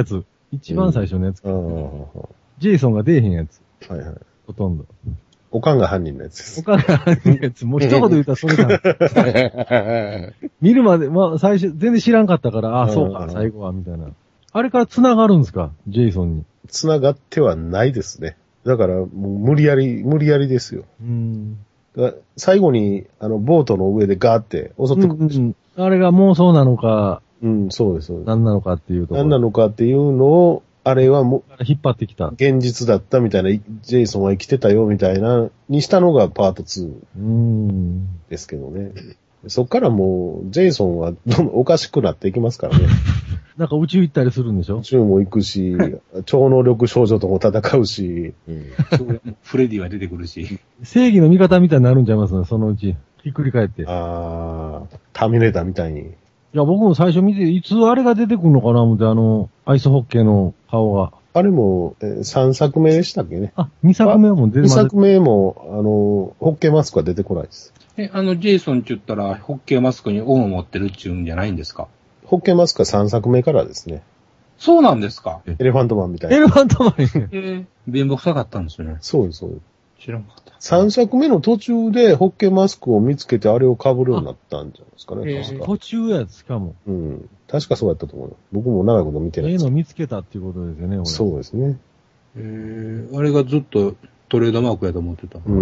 一番最初のやつ、 うん。 ジェイソンが出えへんやつ。 はいはい。 ほとんど。 おかんが犯人のやつです。 おかんが犯人のやつ。もう一言言ったらそれだ。見るまで、まあ最初、全然知らんかったから、ああ、そうか、最後は、みたいな。あれから繋がるんですかジェイソンに。 繋がってはないですね。だから、もう無理やり、無理やりですよ。 うん。 最後に、あの、ボートの上でガーって襲ってくるでしょ、うんうん。あれが妄想なのか、 うん、そうです、そうです。 何なのかっていうところ。 何なのかっていうのを、あれはもう、 引っ張ってきた。 現実だったみたいな、ジェイソンは生きてたよみたいな、にしたのがパートツーですけどね。そっからもう、ジェイソンはどんどんおかしくなっていきますからね。 なんか宇宙行ったりするんでしょ？ 宇宙も行くし、超能力少女とも戦うし、 うん、フレディは出てくるし。 正義の味方みたいになるんちゃいますね、そのうち。ひっくり返って。 あー、ターミネーターみたいに。 いや、僕も最初見て、いつあれが出てくるのかな思って、あの、アイスホッケーの顔が。 あれも、えー、さんさくめでしたっけね。 あ、にさくめも出てくる。 にさくめも、あの、ホッケーマスクは出てこないです。 え、あの、ジェイソンって言ったら、ホッケーマスクに恩を持ってるっていうんじゃないんですか？ ホッケーマスクはさんさくめからですね。 そうなんですか？ エレファントマンみたいな。 エレファントマンえー、貧乏臭かったんですよね。 そうです、そうです。 知らんかった。 さんさくめの途中でホッケーマスクを見つけてあれを被るようになったんじゃないですかね、 えー、 確か。 途中やつかも。 うん。確かそうやったと思う。僕も長いこと見てないええの見つけたっていうことですよね、俺。 そうですね。 えー、あれがずっとトレードマークやと思ってた。 うん。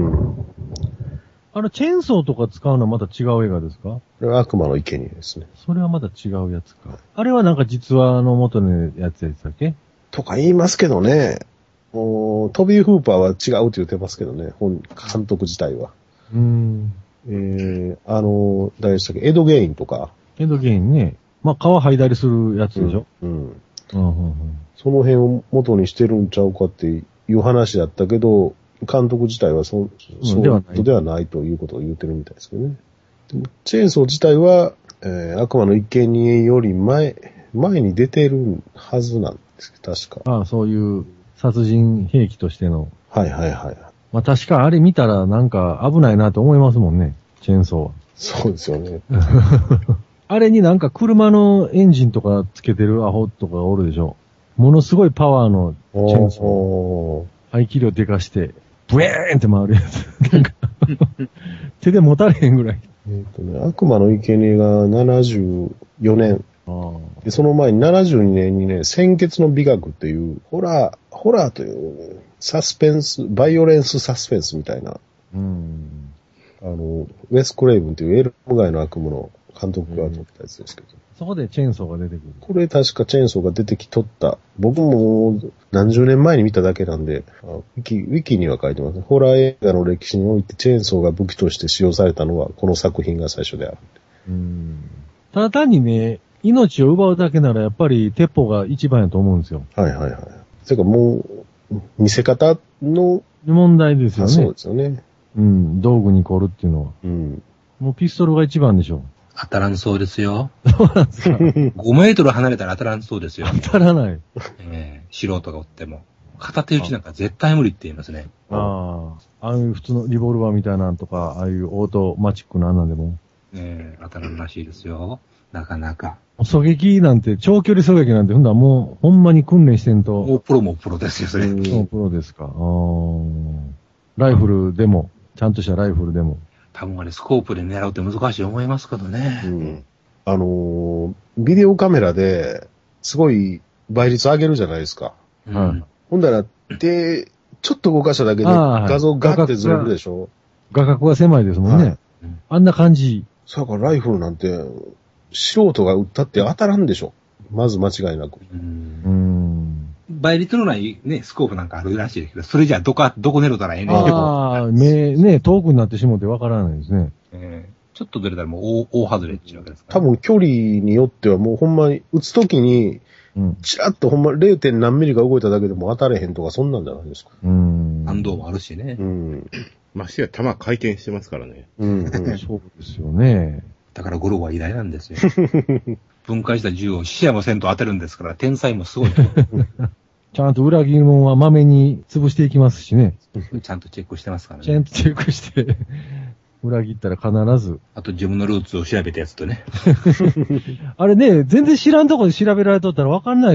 あの、チェーンソーとか使うのはまた違う映画ですか？これは悪魔の生贄ですね。 それはまた違うやつか。あれはなんか実話の元のやつでしたっけ？ とか言いますけどね。もうトビー・フーパーは違うって言ってますけどね。本、監督自体は。 うーん。 えー、あの、誰でしたっけ？エド・ゲインとか。 エド・ゲインね。まあ、皮剥いだりするやつでしょ？うん。うん。うんうんうん、 その辺を元にしてるんちゃうかっていう話だったけど、監督自体はそ、そうではない、ではないということを言ってるみたいですけどね。でもチェーンソー自体は、えー、悪魔の生贄より前、前に出てるはずなんですけど、確か。 ああ、そういう殺人兵器としての。 はいはいはい。 まあ確かあれ見たらなんか危ないなと思いますもんね、チェーンソーは。 そうですよね。 あれになんか車のエンジンとかつけてるアホとかおるでしょ。ものすごいパワーのチェーンソー。排気量でかして、ブエーンって回るやつ。なんか手で持たれへんぐらい。 えっとね、悪魔の生贄がななじゅうよねん。あでその前にななじゅうにねんにね、鮮血の美学っていう、ホラー、ホラーという、ね、サスペンス、バイオレンスサスペンスみたいな。うん。あの、ウェス・クレイブンというエルム街の悪夢の監督が撮ったやつですけど。 そこでチェーンソーが出てくる。 これ確かチェーンソーが出てきとった。僕も何十年前に見ただけなんで、ウィキ、ウィキには書いてますね。ホラー映画の歴史においてチェーンソーが武器として使用されたのはこの作品が最初である。 うん。ただ単にね、命を奪うだけならやっぱり鉄砲が一番やと思うんですよ。 はいはいはい。それからもう、見せ方の問題ですよね。 そうですよね。 うん、道具に凝るっていうのは。うん。もうピストルが一番でしょ。 当たらんそうですよ。そうなんですか。ごメートル離れたら当たらんそうですよ。 当たらない。 ええー、素人がおっても。片手打ちなんか絶対無理って言いますね。 ああ。ああいう普通のリボルバーみたいなんとか、ああいうオートマチックなんなんでも。 ええー、当たらんらしいですよ。なかなか。 狙撃なんて、長距離狙撃なんて、ほんだらもう、ほんまに訓練してんと。 もうプロもプロですよ、それ。 もうプロですか。あライフルでも、ちゃんとしたライフルでも。 多分あれ、スコープで狙うって難しい思いますけどね。うん。 あのー、ビデオカメラで、すごい倍率上げるじゃないですか。うん。ほんだら、で、ちょっと動かしただけで画像ガッてずれるでしょ。 画角が狭いですもんね。はい、あんな感じ。 そうか、ライフルなんて、素人が撃ったって当たらんでしょ。まず間違いなく。うん。 倍率のないね、スコープなんかあるらしいですけど、それじゃどこ、どこ狙うたらええねんけど。 ああ、目、ね、遠くになってしもてわからないですね。 ええー、ちょっとずれたらもう大、大外れっていうわけですか、 ね。多分距離によってはもうほんまに、撃つときに、チラッとほんま ゼロ. 点何ミリが動いただけでも当たれへんとかそんなんじゃないですか。 うん。反動もあるしね。うん。 ましてや弾回転してますからね。 うん、うん。そうですよね。 だからゴルゴは偉大なんですよ。分解した銃を視野もせんと当てるんですから、天才もすごい。 ちゃんと裏切り者はまめに潰していきますしね。 ちゃんとチェックしてますからね。 ちゃんとチェックして、裏切ったら必ず。 あと自分のルーツを調べたやつとね。 あれね、全然知らんとこで調べられとったらわかんないでしょ。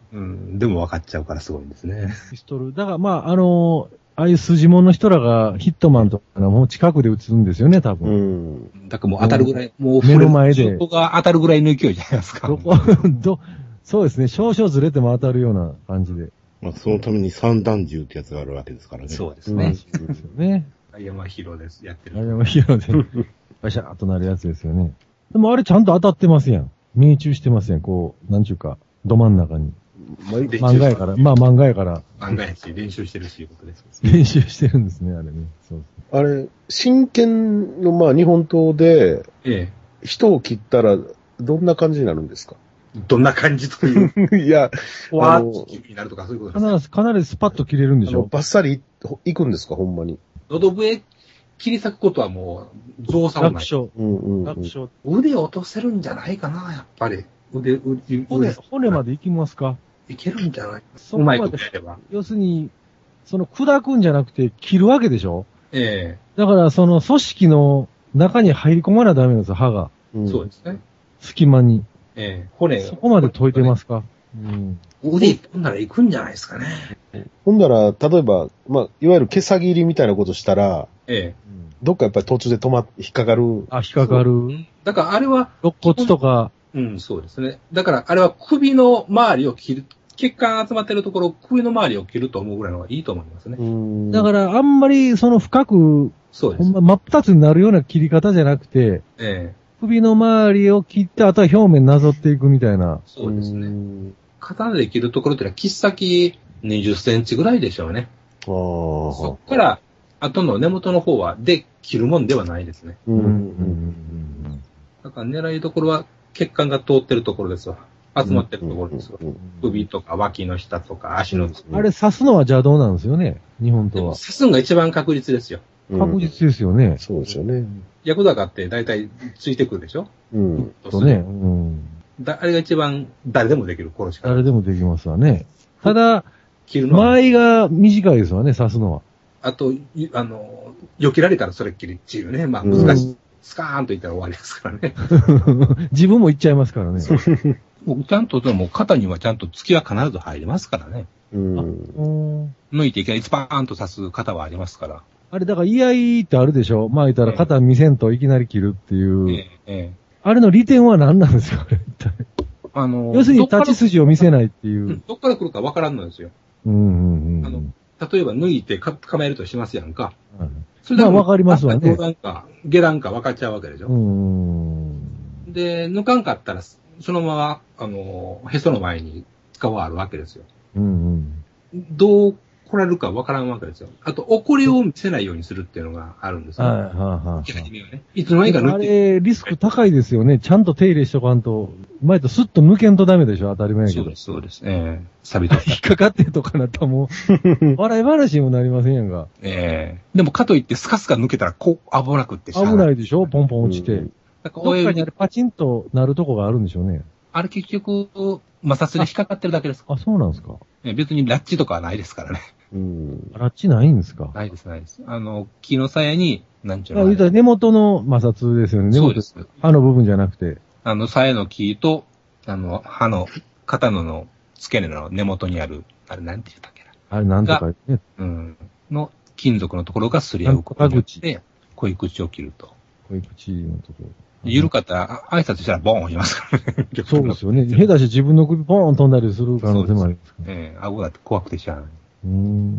うん。でも分かっちゃうからすごいんですね。 ピストル。だからまあ、あの、ああいう筋物の人らがヒットマンとかもう近くで撃つんですよね、多分。 うん。 だからもう当たるぐらい、もう目の前で。 そこが当たるぐらいの勢いじゃないですか。 どこ、ど、そうですね。少々ずれても当たるような感じで。 まあ、そのために三段銃ってやつがあるわけですからね。 そうですね。 そうですよね。 アイアマヒーローです。やってる。 アイアマヒーローで、バシャーっとなるやつですよね。でもあれちゃんと当たってますやん。命中してますやん。こう、なんちゅうか、ど真ん中に。漫画やから。まあ漫画やから。 漫画やし、練習してるし、いうことです。 練習してるんですね、あれね。そうあれ、真剣のまあ日本刀で、ええ、人を切ったらどんな感じになるんですか？ どんな感じという。 いや、 あの、になるとかそういうことですか。かなりスパッと切れるんでしょ？ バッサリいくんですか、ほんまに。 喉笛切り裂くことはもう、造作もない。 楽勝。うんうん、うん。楽勝。 腕落とせるんじゃないかな、やっぱり。腕、腕、 骨、骨まで行きますか？ いけるんじゃない？ うまいことやれば。要するに、その砕くんじゃなくて切るわけでしょ？ええ。だからその組織の中に入り込まなダメなんですよ、歯が。 うん、そうですね。 隙間に。 ええ。骨そこまで解いてますか？ うん。腕一本なら行くんじゃないですかね。 ほんなら、例えば、まあ、いわゆる毛さ切りみたいなことしたら、ええ。どっかやっぱり途中で止まっ、引っかかる。 あ、引っかかる。 だからあれは、 肋骨とか。 うん、そうですね。だからあれは首の周りを切る。血管集まってるところ、首の周りを切ると思うぐらいの方がいいと思いますね。 だから、あんまり、その深く、 そうです。 ほんま真っ二つになるような切り方じゃなくて、ええ、首の周りを切って、あとは表面なぞっていくみたいな。 そうですね。刀で切るところってのは、切っ先にじゅっセンチぐらいでしょうね。そっから、後の根元の方は、で、切るもんではないですね。うんうんうん、だから狙いどころは、血管が通ってるところですわ。集まってるところですよ。首とか脇の下とか足の。 あれ刺すのは邪道なんですよね、日本刀は。 刺すのが一番確実ですよ。 確実ですよね。 うん、そうですよね。 役高って大体ついてくるでしょ？ うん。そうね。うん。 だ、あれが一番誰でもできる殺し方。 誰でもできますわね。ただ、切るのは。間合いが短いですわね、刺すのは。 あと、あの、避けられたらそれっきりっていうね。まあ難しい。うん、スカーンといったら終わりですからね。 自分も行っちゃいますからね。 僕ちゃんと、でも肩にはちゃんと突きは必ず入りますからね。うん、抜いていきなりスパーンと刺す肩はありますから。 あれ、だから、居合ってあるでしょ？まあ言ったら肩見せんといきなり切るっていう。ええええ、あれの利点は何なんですか？一体。あの、要するに立ち筋を見せないっていう。 どっから来るかわからんのですよ。うんうんうん、あの例えば抜いてか構えるとしますやんか。うん、 それでもまあわかりますわね。 上段か、下段か分かっちゃうわけでしょ。うん、で、抜かんかったら、そのまま、あの、へその前に使わあるわけですよ。うんうん、どう来られるか分からんわけですよ。あと、怒りを見せないようにするっていうのがあるんですよ。はいはいはい。いつの間にか抜いて。 あれ、リスク高いですよね。ちゃんと手入れしとかんと、前とスッと抜けんとダメでしょ、当たり前やけど。 そうです、そうです。ええー。錆びとった。 引っかかってとかなったらもう、笑い話にもなりませんやんか。 ええー。でも、かといってスカスカ抜けたら、こう、危なくってしゃあない。 危ないでしょ、ポンポン落ちて。うん、だから親指にパチンとなるとこがあるんでしょうね。 あれ結局、摩擦で引っかかってるだけですか？ あ、そうなんですか。 別にラッチとかはないですからね。 うん。ラッチないんですか？ ないです、ないです。あの、木の鞘に、なんちゅうの。 あ、言うたら根元の摩擦ですよね。根元。そうです。刃の部分じゃなくて。 あの、鞘の木と、あの、刃の、刀の付け根の根元にある、あれなんて言ったっけな。 あれなんとかね。 うん。の金属のところが擦り合うことによって、恋口を切ると。 恋口のところ。 ゆるかったら、挨拶したらボーン落ちますからね。 そうですよね。下手して自分の首ボーン飛んだりする可能性もありますから、 ね。ええー、顎だって怖くてしゃあない。うん。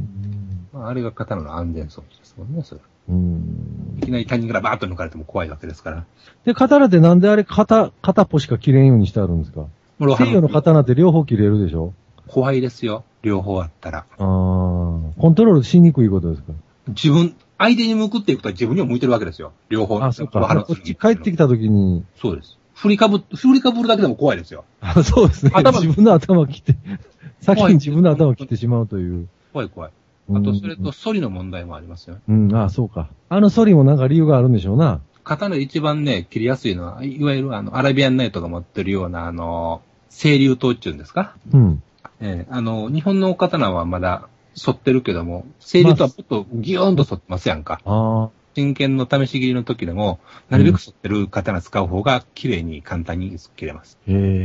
まあ、あれが刀の安全装置ですもんね、それ。うん。いきなり他人からバーッと抜かれても怖いわけですから。 で、刀ってなんであれ片、片っぽしか切れんようにしてあるんですか？西洋の刀って両方切れるでしょ？ 怖いですよ。両方あったら。ああ。 コントロールしにくいことですか？ 自分、相手に向くっていうことは自分にも向いてるわけですよ。両方。 あ、そうか。こっち帰ってきたときに。 そうです。振りかぶ、振りかぶるだけでも怖いですよ。 あ、そうですね。頭自分の頭切って、先に自分の頭切ってしまうという。 怖い怖い。あと、それと、反りの問題もありますよ。 うん、ああ、そうか。あの反りもなんか理由があるんでしょうな。 刀で一番ね、切りやすいのは、いわゆるあの、アラビアンナイトが持ってるような、あの、清流刀っていうんですか？うん。えー、あの、日本の刀はまだ、反ってるけども、清流とはもっとギューンと反ってますやんか。ああ。真剣の試し切りの時でも、なるべく反ってる刀使う方が綺麗に簡単に切れます。 うん、へえ。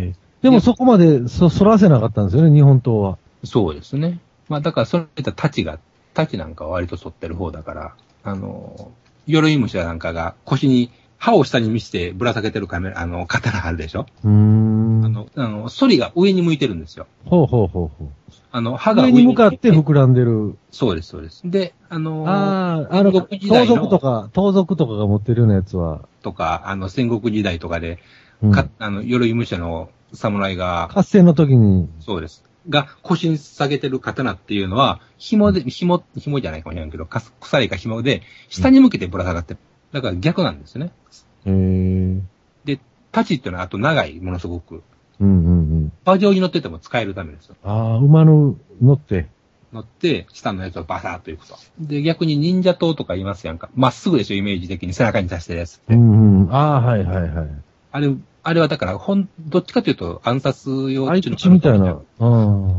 でもそこまでそ、反らせなかったんですよね、日本刀は。 そうですね。まあだからそれ言ったら太刀が、太刀なんかは割と反ってる方だから、あの、鎧武者なんかが腰に、刃を下に見せてぶら下げてるカメラ、あの、刀あるでしょうーん。 あの、あの、反りが上に向いてるんですよ。 ほうほうほうほう。 あの、刃が上に向かって膨らんでる。 そうです、そうです。で、あの、 ああ、あの、盗賊とか、盗賊とかが持ってるようなやつは。 とか、あの、戦国時代とかで、 うん、 かあの、鎧武者の侍が、 合戦の時に。 そうです。が、腰に下げてる刀っていうのは、紐で、紐、紐じゃないかもしれないけど、か鎖か紐で、下に向けてぶら下がってる。だから逆なんですね。 へー。 で、太刀っていうのはあと長い、ものすごく。 うんうんうん。 馬上に乗ってても使えるためですよ。 ああ、馬の乗って。 乗って、下のやつをバサーっと行くと。で、逆に忍者刀とか言いますやんか。まっすぐでしょ、イメージ的に背中に刺してるやつって。 うんうん。ああ、はいはいはい。 あれ、あれはだから、ほん、どっちかというと暗殺用っていうの。あいつみたいな。うん。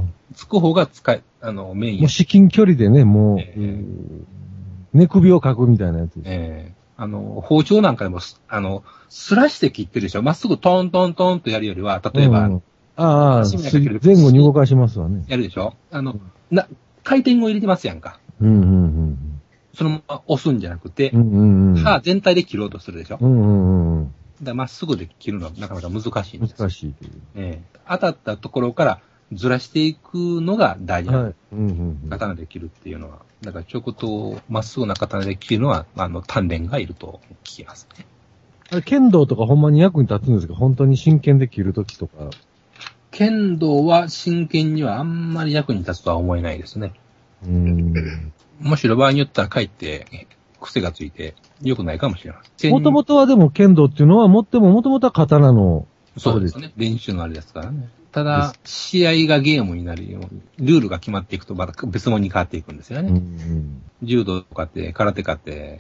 つく方が使い、あの、メイン。 もう至近距離でね、もう、えー、寝首をかくみたいなやつです。 ええーあの、包丁なんかでも、あの、すらして切ってるでしょ。まっすぐトントントンとやるよりは、例えば、うん、 ああ、前後に動かしますわね。 やるでしょ。あの、な、回転を入れてますやんか。 うんうんうん。 そのまま押すんじゃなくて、 うんうんうん、 刃全体で切ろうとするでしょ。 うんうんうん。 だまっすぐで切るのはなかなか難しいんです。 難しいという。 ええ当たったところからずらしていくのが大事なの。はいうんうんうん、 刀で切るっていうのは。だから直刀、まっすぐな刀で切るのは、あの、鍛錬がいると聞きますね。 あれ、剣道とかほんまに役に立つんですか？本当に真剣で切るときとか。 剣道は真剣にはあんまり役に立つとは思えないですね。 うーん。 むしろ場合によってはかえって癖がついて良くないかもしれません。 もともとはでも剣道っていうのは、もってももともとは刀の。 そうですね。練習のあれですからね。ただ、試合がゲームになるように、ルールが決まっていくとまた別物に変わっていくんですよね。うんうん、柔道とかって、空手かって、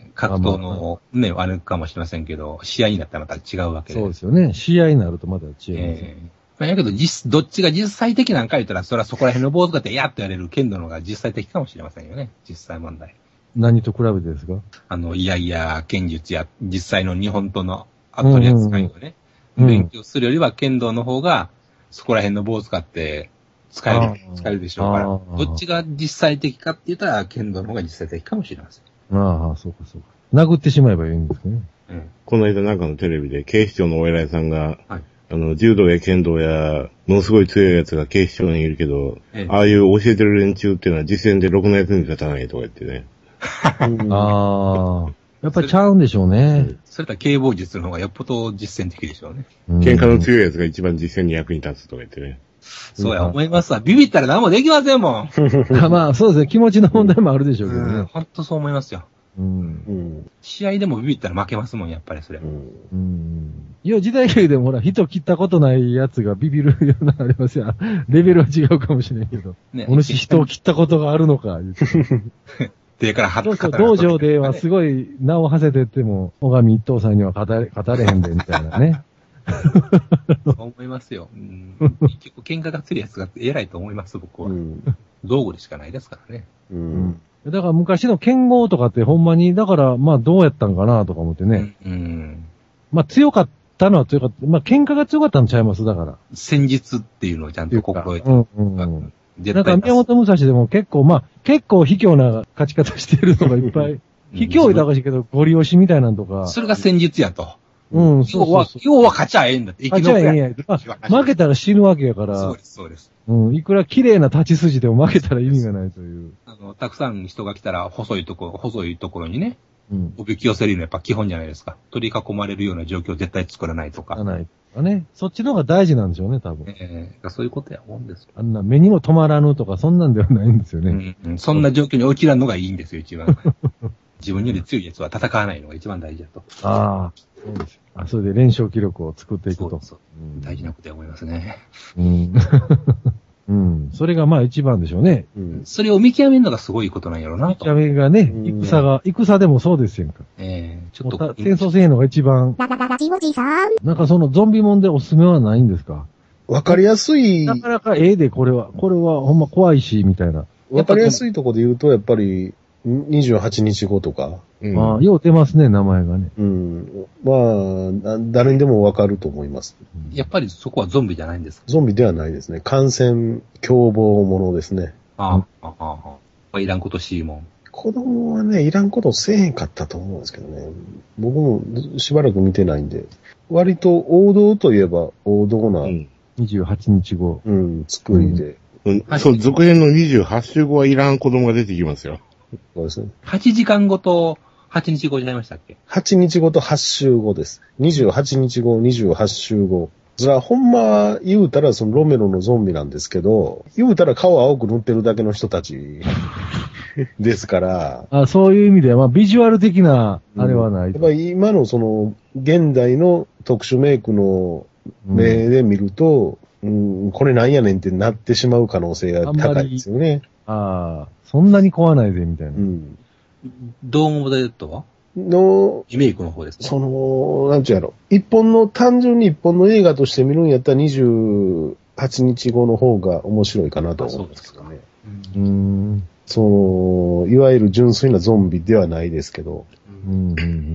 格闘のね、あれかもしれませんけど、試合になったらまた違うわけで。 そうですよね。試合になるとまた違います、ね。 えー、やけど、実、どっちが実際的なんか言ったら、それはそこら辺の坊主かってやっとやれる剣道の方が実際的かもしれませんよね。実際問題。 何と比べてですか？ あの、いやいや、剣術や、実際の日本刀のアトリエ使いをね、うんうんうん、勉強するよりは剣道の方が、そこら辺の棒を使って使える、使えるでしょうから、どっちが実際的かって言ったら、剣道の方が実際的かもしれません。 ああ、そうかそうか。殴ってしまえばいいんですね。 うん。この間なんかのテレビで警視庁のお偉いさんが、はい、あの、柔道や剣道や、ものすごい強いやつが警視庁にいるけど、ええ、ああいう教えてる連中っていうのは実践でろくなやつに立たないとか言ってね。 ああ。やっぱりちゃうんでしょうね。 それとは警棒術の方がよっぽど実践的でしょうね。 喧嘩の強いやつが一番実践に役に立つとか言ってね。 そうや、思いますわ。ビビったら何もできませんもん。 まあ、そうですね。気持ちの問題もあるでしょうけどね。 ほんとそう思いますよ。うん、試合でもビビったら負けますもん、やっぱりそれ。うん。 いや、時代劇でもほら、人切ったことないやつがビビるようなありますよ。レベルは違うかもしれんけど。ね。お主人を切ったことがあるのか、言うて。 でからそうそう、道場ではすごい名を馳せてっても、小上一等さんには語れ、語れへんで、みたいなね。 そう思いますよ。うん、結構喧嘩がつるやつが偉いと思います、僕は。うん、道具でしかないですからね。 うん、だから昔の剣豪とかってほんまに、だからまあどうやったんかなとか思ってね。うんうん、まあ強かったのは強かった。まあ喧嘩が強かったんちゃいます、だから。 戦術っていうのをちゃんと心得て。うんうんうんなんか宮本武蔵でも結構、まあ、結構卑怯な勝ち方してるのがいっぱい。卑怯いたかしいけど、ゴリ押しみたいなのとか。 それが戦術やと。 うん、そうそうそう。 要は、要は勝ちゃええんだって。 勝ちゃええんや。まあ、負けたら死ぬわけやから。 そうです、そうです。 うん、いくら綺麗な立ち筋でも負けたら意味がないという。 あの、たくさん人が来たら、細いところ、細いところにね、うん、おびき寄せるのはやっぱ基本じゃないですか。取り囲まれるような状況を絶対作らないとか。 ないとかね。そっちの方が大事なんでしょうね、多分。 ええー、そういうことや思うんです。 あんな目にも止まらぬとか、そんなんではないんですよね。 うんうん、そんな状況に陥らんのがいいんですよ、一番。自分より強いやつは戦わないのが一番大事だと。 ああ、そうです。あ、それで連勝記録を作っていくと。 そうそう、うん、大事なことや思いますね。 うん。うん。それがまあ一番でしょうね。 うん。それを見極めるのがすごいことなんやろうな。 見極めがね、戦が、戦でもそうですよ。 ええー、ちょっと。 戦争せえのが一番。なんかそのゾンビもんでおすすめはないんですか？ わかりやすい。 なかなかええで、これは。これはほんま怖いし、みたいな。 わかりやすいところで言うと、やっぱり、 にじゅうはちにちごとか。 うん、ああ、よう出ますね、名前がね。 うん。まあ、誰にでもわかると思います。 やっぱりそこはゾンビじゃないんですか？ ゾンビではないですね。感染凶暴ものですね。 ああ、ああ、ああ。いらんことしいもん。 子供はね、いらんことせえへんかったと思うんですけどね。僕もしばらく見てないんで。割と王道といえば王道な。うん、 にじゅうはちにちご。 うん、作りで。 うんうん、そう、続編のにじゅうはちしゅうごはいらん子供が出てきますよ。 そうですね。 はちじかんごとはちにちごじゃないましたっけ？ はち 日後とはち週後です。にじゅうはちにちご、にじゅうはち週後。それはほんま言うたらそのロメロのゾンビなんですけど、言うたら顔青く塗ってるだけの人たちですから。 あ、そういう意味では、まあビジュアル的なあれはない。うん、 やっぱり今のその現代の特殊メイクの目で見ると、うん、うん、これなんやねんってなってしまう可能性が高いですよね。 ああ、そんなに怖ないぜみたいな。 うん。 ドームモデルとはの、 リメイクの方ですね。 その、なんちゅうやろ。一本の、単純に一本の映画として見るんやったらにじゅうはちにちごの方が面白いかなと思うんですけどね。 うん。 その、いわゆる純粋なゾンビではないですけど。 うん。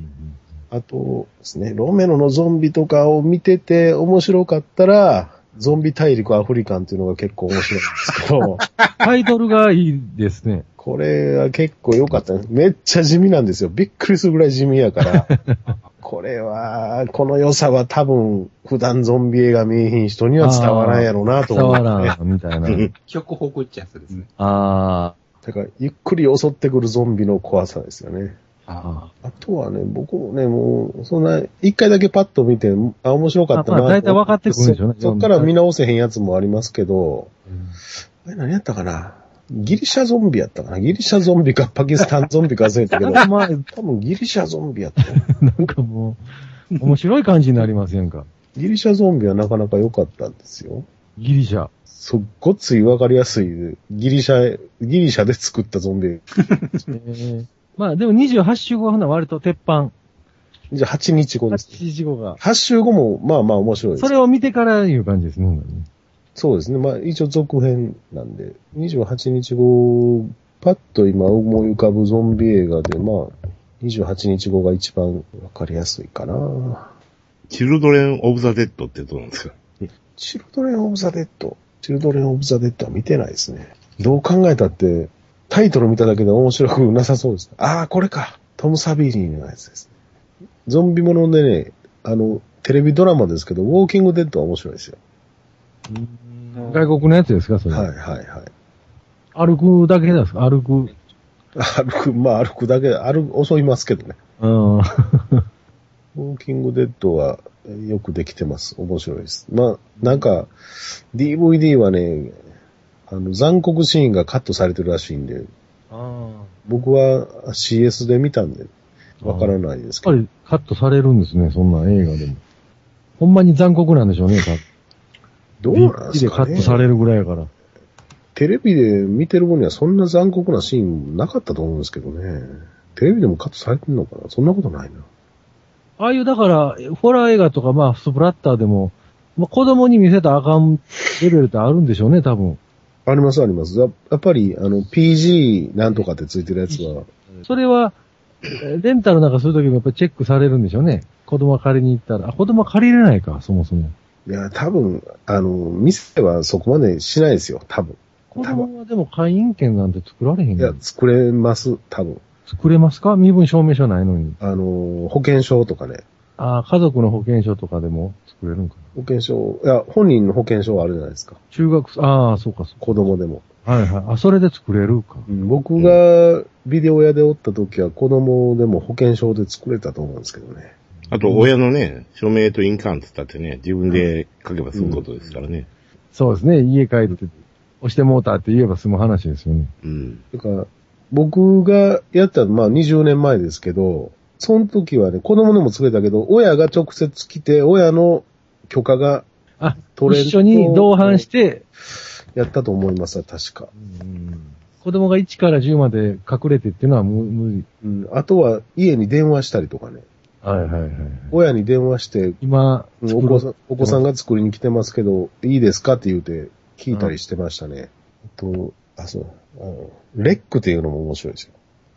あとですね、ロメロのゾンビとかを見てて面白かったら、ゾンビ大陸アフリカンっていうのが結構面白いんですけど。 タイトルがいいですね。 これは結構良かった。めっちゃ地味なんですよ。びっくりするぐらい地味やから。これは、この良さは多分、普段ゾンビ映画見えひん人には伝わらんやろうなと思う、ね。 伝わらん、みたいな。 極方向いっちゃうやつですね。 ああ。だから、ゆっくり襲ってくるゾンビの怖さですよね。 ああとはね、僕もね、もう、そんな、一回だけパッと見て、あ、面白かったな。 まあ、大体分かってくるんでしょうね。 そっから見直せへんやつもありますけど、うん、あれ何やったかな。ギリシャゾンビやったかな。ギリシャゾンビかパキスタンゾンビか忘れたけど、まあ、多分ギリシャゾンビやった。 なんかもう、面白い感じになりませんか。 ギリシャゾンビはなかなか良かったんですよ。 ギリシャ。 そっごつい分かりやすい、ギリシャ、ギリシャで作ったゾンビ。えーまあでもにじゅうはち週後は割と鉄板。 じゃあはちにちごです、 ね。はちにちごが。 はち週後もまあまあ面白いです。 それを見てからいう感じですね。 そうですね。まあ一応続編なんで、にじゅうはちにちご、パッと今思い浮かぶゾンビ映画で、まあ、にじゅうはちにちごが一番わかりやすいかな。 チルドレン・オブ・ザ・デッドってどうなんですか？ チルドレン・オブ・ザ・デッド。チルドレン・オブ・ザ・デッドは見てないですね。どう考えたって、タイトル見ただけで面白くなさそうです。ああ、これか。トム・サビーリーのやつですね。ゾンビものでね、あの、テレビドラマですけど、ウォーキング・デッドは面白いですよ。 外国のやつですかそれ。 はいはいはい。 歩くだけですか歩く。 歩く、まあ歩くだけ、歩く、襲いますけどね。 うん。ウォーキング・デッドはよくできてます。面白いです。まあ、なんか、ディーブイディー はね、あの、残酷シーンがカットされてるらしいんで、あ僕は シーエス で見たんで、わからないですけど。 やっぱりカットされるんですね、そんな映画でも。ほんまに残酷なんでしょうね、 どうなんですかね。 でカットされるぐらいやから。 テレビで見てる分にはそんな残酷なシーンなかったと思うんですけどね。テレビでもカットされてんのかな？そんなことないな。 ああいう、だから、ホラー映画とか、まあ、スプラッターでも、まあ、子供に見せたらあかんレベルってあるんでしょうね、多分。 ありますあります。やっぱり、あの、ピージー なんとかってついてるやつは。 それは、レンタルなんかするときもやっぱりチェックされるんでしょうね。子供借りに行ったら。あ、子供借りれないか、そもそも。 いや、多分、あの、店はそこまでしないですよ、多分。 子供はでも会員権なんて作られへんいや、作れます、多分。 作れますか？身分証明書ないのに。 あの、保険証とかね。 ああ、家族の保険証とかでも作れるんかな。 保険証、いや、本人の保険証はあるじゃないですか。 中学、ああ、そうか、そうか。 子供でも。 はいはい。あ、それで作れるか。 うん、僕がビデオ屋でおった時は子供でも保険証で作れたと思うんですけどね。 あと、親のね、署名と印鑑って言ったってね、自分で書けば済むことですからね。うん、 そうですね。家帰って、押してもうたって言えば済む話ですよね。 うん。だから、僕がやったのはまあにじゅうねんまえですけど、その時はね、子供のも作れたけど、親が直接来て、親の許可が取れる。一緒に同伴して、 やったと思います、確か。 うん、子供がいちからじゅうまで隠れてっていうのは無理。 うん。あとは家に電話したりとかね。 はいはいはい。 親に電話して、 今、 お子さん、お子さんが作りに来てますけど、いいですかって言うて聞いたりしてましたね。あと、あ、そう、あの、レックっていうのも面白いですよ。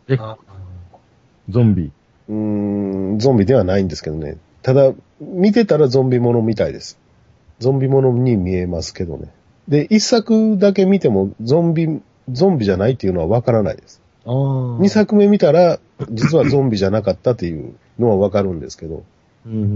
えゾンビ。 うーん、ゾンビではないんですけどね。ただ、見てたらゾンビものみたいです。ゾンビものに見えますけどね。で、一作だけ見てもゾンビ、ゾンビじゃないっていうのはわからないです。二作目見たら、実はゾンビじゃなかったっていうのはわかるんですけど。 うんうんうん、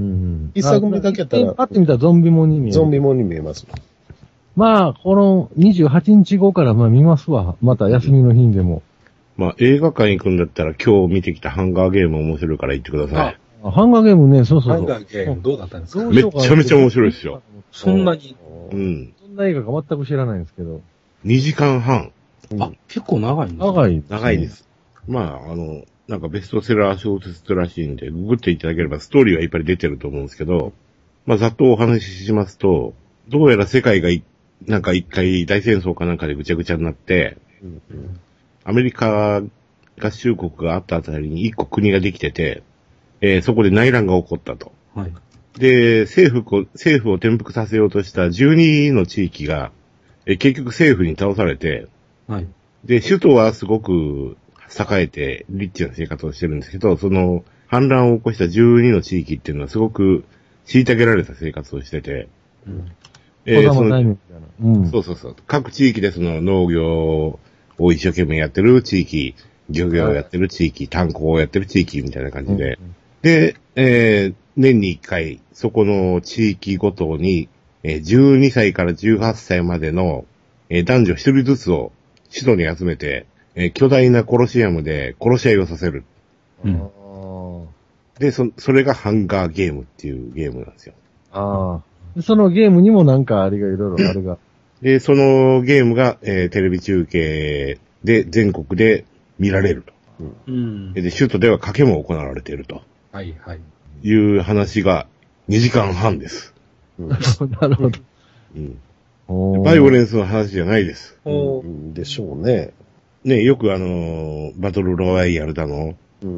一作目だけやったら。 パッて見たらゾンビもんに見える。 ゾンビもんに見えます。 まあ、このにじゅうはちにちごからまあ見ますわ。また休みの日でも。 まあ、映画館行くんだったら今日見てきたハンガーゲーム面白いから行ってください。 あ、ハンガーゲームね、そうそうそう。 ハンガーゲームどうだったんですか？ めっちゃめちゃ面白いですよ。 そんなに。 うん。 そんな映画が全く知らないんですけど。 にじかんはん。 あ、結構長いんですね。 長い、ね。 長いです。まあ、あの、なんかベストセラー小説らしいんで、ググっていただければストーリーはいっぱい出てると思うんですけど、まあ、ざっとお話ししますと、どうやら世界がい、なんか一回大戦争かなんかでぐちゃぐちゃになって、うんうん、アメリカ合衆国があったあたりに一個国ができてて、えー、そこで内乱が起こったと。はい、で、政府を、政府を転覆させようとしたじゅうにの地域が、えー、結局政府に倒されて、はい、で、首都はすごく栄えてリッチな生活をしてるんですけど、その反乱を起こしたじゅうにの地域っていうのはすごく虐げられた生活をしてて、うんえー、そのうん、そうそうそう。各地域でその農業を一生懸命やってる地域、漁業をやってる地域、炭鉱をやってる地域みたいな感じで、うん、で、えー、年に一回、そこの地域ごとに、えー、じゅうにさいからじゅうはっさいまでの、えー、男女一人ずつを首都に集めて、えー、巨大なコロシアムで殺し合いをさせる。うん、で、そ、それがハンガーゲームっていうゲームなんですよ。 ああ。そのゲームにもなんかあれがいろいろあるが。 で、そのゲームが、えー、テレビ中継で全国で見られると。うん、で、首都では賭けも行われていると。はいはい。いう話がにじかんはんです。 なるほど。 うん。バイオレンスの話じゃないです。 うん、でしょうね。 ね、よくあのー、バトルロワイヤルだの。うん。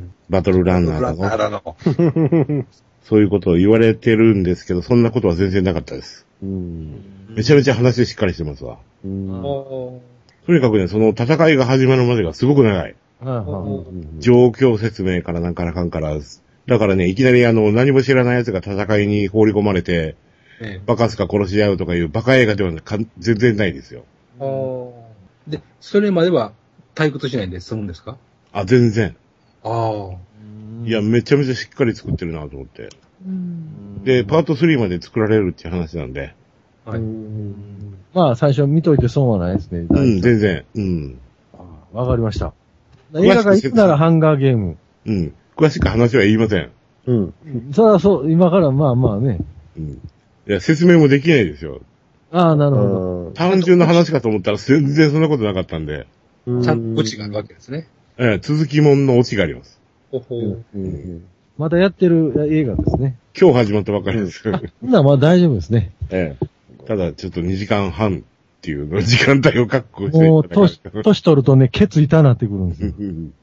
バトルランナーだの。バトルランナーだの。そういうことを言われてるんですけど、そんなことは全然なかったです。うん、めちゃめちゃ話しっかりしてますわ。うん、とにかくね、その戦いが始まるまでがすごく長い。状況説明からなんからかんから。だからね、いきなりあの、何も知らない奴が戦いに放り込まれて、ええ、バカすか殺し合うとかいうバカ映画ではか全然ないですよ。 で、それまでは退屈しないんで済むんですか？ あ、全然。ああ。いや、めちゃめちゃしっかり作ってるなと思って。で、パートスリーまで作られるっていう話なんで。はい。 まあ、最初見といて損はないですね。 うん、全然。うん。 わかりました。映画が行くならハンガーゲーム。 うん。詳しく話は言いません。 うん。それはそう、今からまあまあね。 うん。いや、説明もできないですよ。 ああ、なるほど。 単純な話かと思ったら全然そんなことなかったんで。 ちゃんとオチがあるわけですね。 ええ、続きもんのオチがあります。ほほう。うん。またやってる映画ですね。 今日始まったばっかりです。 な、まあ大丈夫ですね。 ええ。ただ、ちょっとにじかんはんっていうの時間帯を確保してもう、年、年取るとね、ケツ痛なってくるんですよ。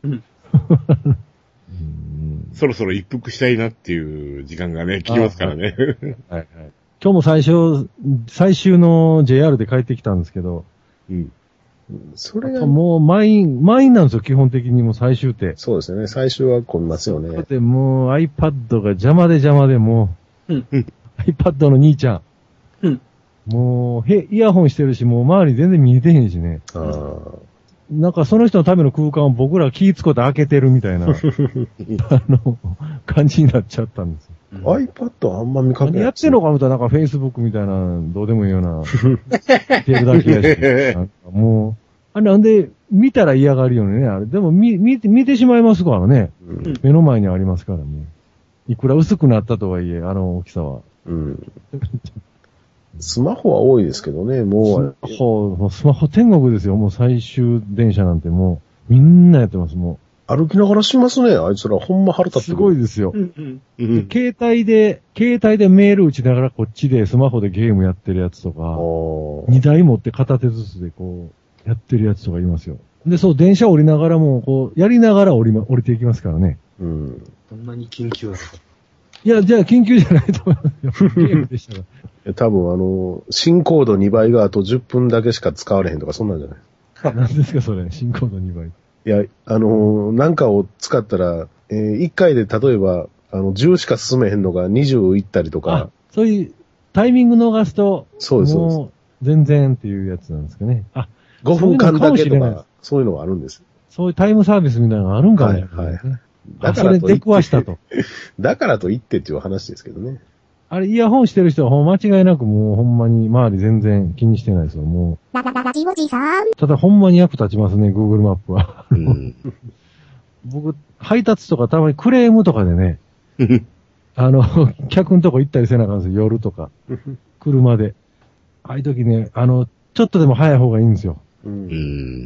そろそろ一服したいなっていう時間がね、来ますからね。はい、はい。 今日も最初、最終の ジェイアール で帰ってきたんですけど、うん。それがもう満員、満員なんですよ、基本的にもう最終って。 そうですよね、最終は混みますよね。 だってもう iPad が邪魔で邪魔でもう、うん、iPad の兄ちゃん。うん、もう、へ、イヤホンしてるし、もう周り全然見えてへんしね。ああ。なんかその人のための空間を僕ら気ぃつこうと開けてるみたいな、あの、感じになっちゃったんですよ。 うん、iPad あんま見かけない。 やってんのかみたいな、なんか Facebook みたいな、どうでもいいような、てるだけやし。なんかもう、あれなんで、見たら嫌がるよね、あれ。でも見、見て、見てしまいますからね。うん、目の前にありますからね。いくら薄くなったとはいえ、あの大きさは。うん。 スマホは多いですけどね、もう。スマホ、スマホ天国ですよ。もう最終電車なんてもう、みんなやってます、もう。 歩きながらしますね、あいつら。ほんま腹立ってる。 すごいですよ。うんうん、携帯で、携帯でメール打ちながらこっちでスマホでゲームやってるやつとか、二台持って片手ずつでこう、やってるやつとかいますよ。で、そう、電車降りながらも、こう、やりながら降りま、降りていきますからね。 うん。そんなに緊急だった。 いや、じゃあ緊急じゃないと思いますよ。ゲームでしたら。 多分あの、進行度にばいがあとじゅっぷんだけしか使われへんとかそんなんじゃない？ 何ですかそれ、進行度にばい。 いや、あのー、なんかを使ったら、えー、いっかいで例えば、あの、じゅうしか進めへんのがにじゅういったりとか。 そういう、タイミング逃すと、 そうです、そうです。 もう、全然っていうやつなんですかね。あ、 ごふんかんだけとか、そういうのがあるんです。 そういうタイムサービスみたいなのがあるんかも、ね。はい、はい。だからとそれ出くわしたと。 だからと言ってっていう話ですけどね。 あれ、イヤホンしてる人はほん間違いなくもうほんまに周り全然気にしてないですよ、もう。ただほんまに役立ちますね、Google マップは。うん、僕、配達とかたまにクレームとかでね、あの、客のとこ行ったりせなあかんですよ、夜とか。車で。ああいう時ね、あの、ちょっとでも早い方がいいんですよ。うん、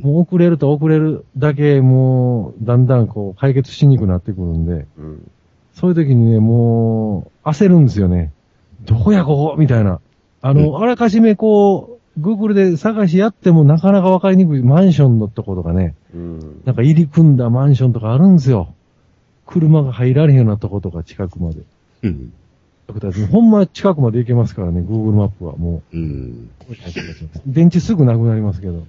もう遅れると遅れるだけもう、だんだんこう、解決しにくくなってくるんで、うん、そういう時にね、もう、焦るんですよね。どこやここみたいな。あの、うん、あらかじめこう、Google で探しやってもなかなかわかりにくいマンションのとことかね、うん、なんか入り組んだマンションとかあるんですよ。車が入られへんようなとことか近くまで。うん、ほんま近くまで行けますからね、Google マップはもう。うん、電池すぐなくなりますけど。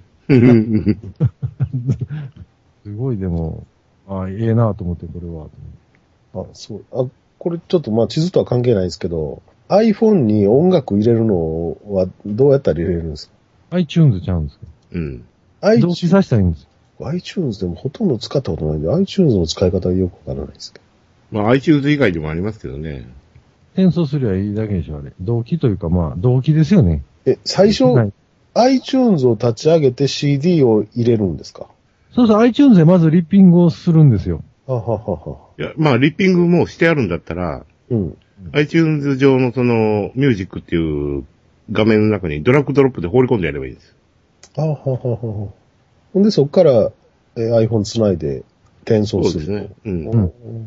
すごいでも、ああ、ええなと思って、これは。 あ、そう。あ、これちょっとまあ地図とは関係ないですけど、iPhone に音楽入れるのはどうやったら入れるんですか？ iTunes ちゃうんですか？ うん。 同期させたらいいんですよ。iTunes でもほとんど使ったことないんで、iTunes の使い方はよくわからないですけど。まあ iTunes 以外でもありますけどね。 転送すりゃいいだけでしょ、あれ。同期というかまあ、同期ですよね。 え、最初、はい、iTunes を立ち上げて シーディー を入れるんですか？ そうそう、iTunes でまずリッピングをするんですよ。 はははは。 いや、まあ、リッピングもしてあるんだったら、うん。iTunes 上のその、ミュージックっていう画面の中にドラッグドロップで放り込んでやればいいです。 あはははは。ほんで、そこから、えー、iPhone つないで転送する。 そうですね。うん。うん、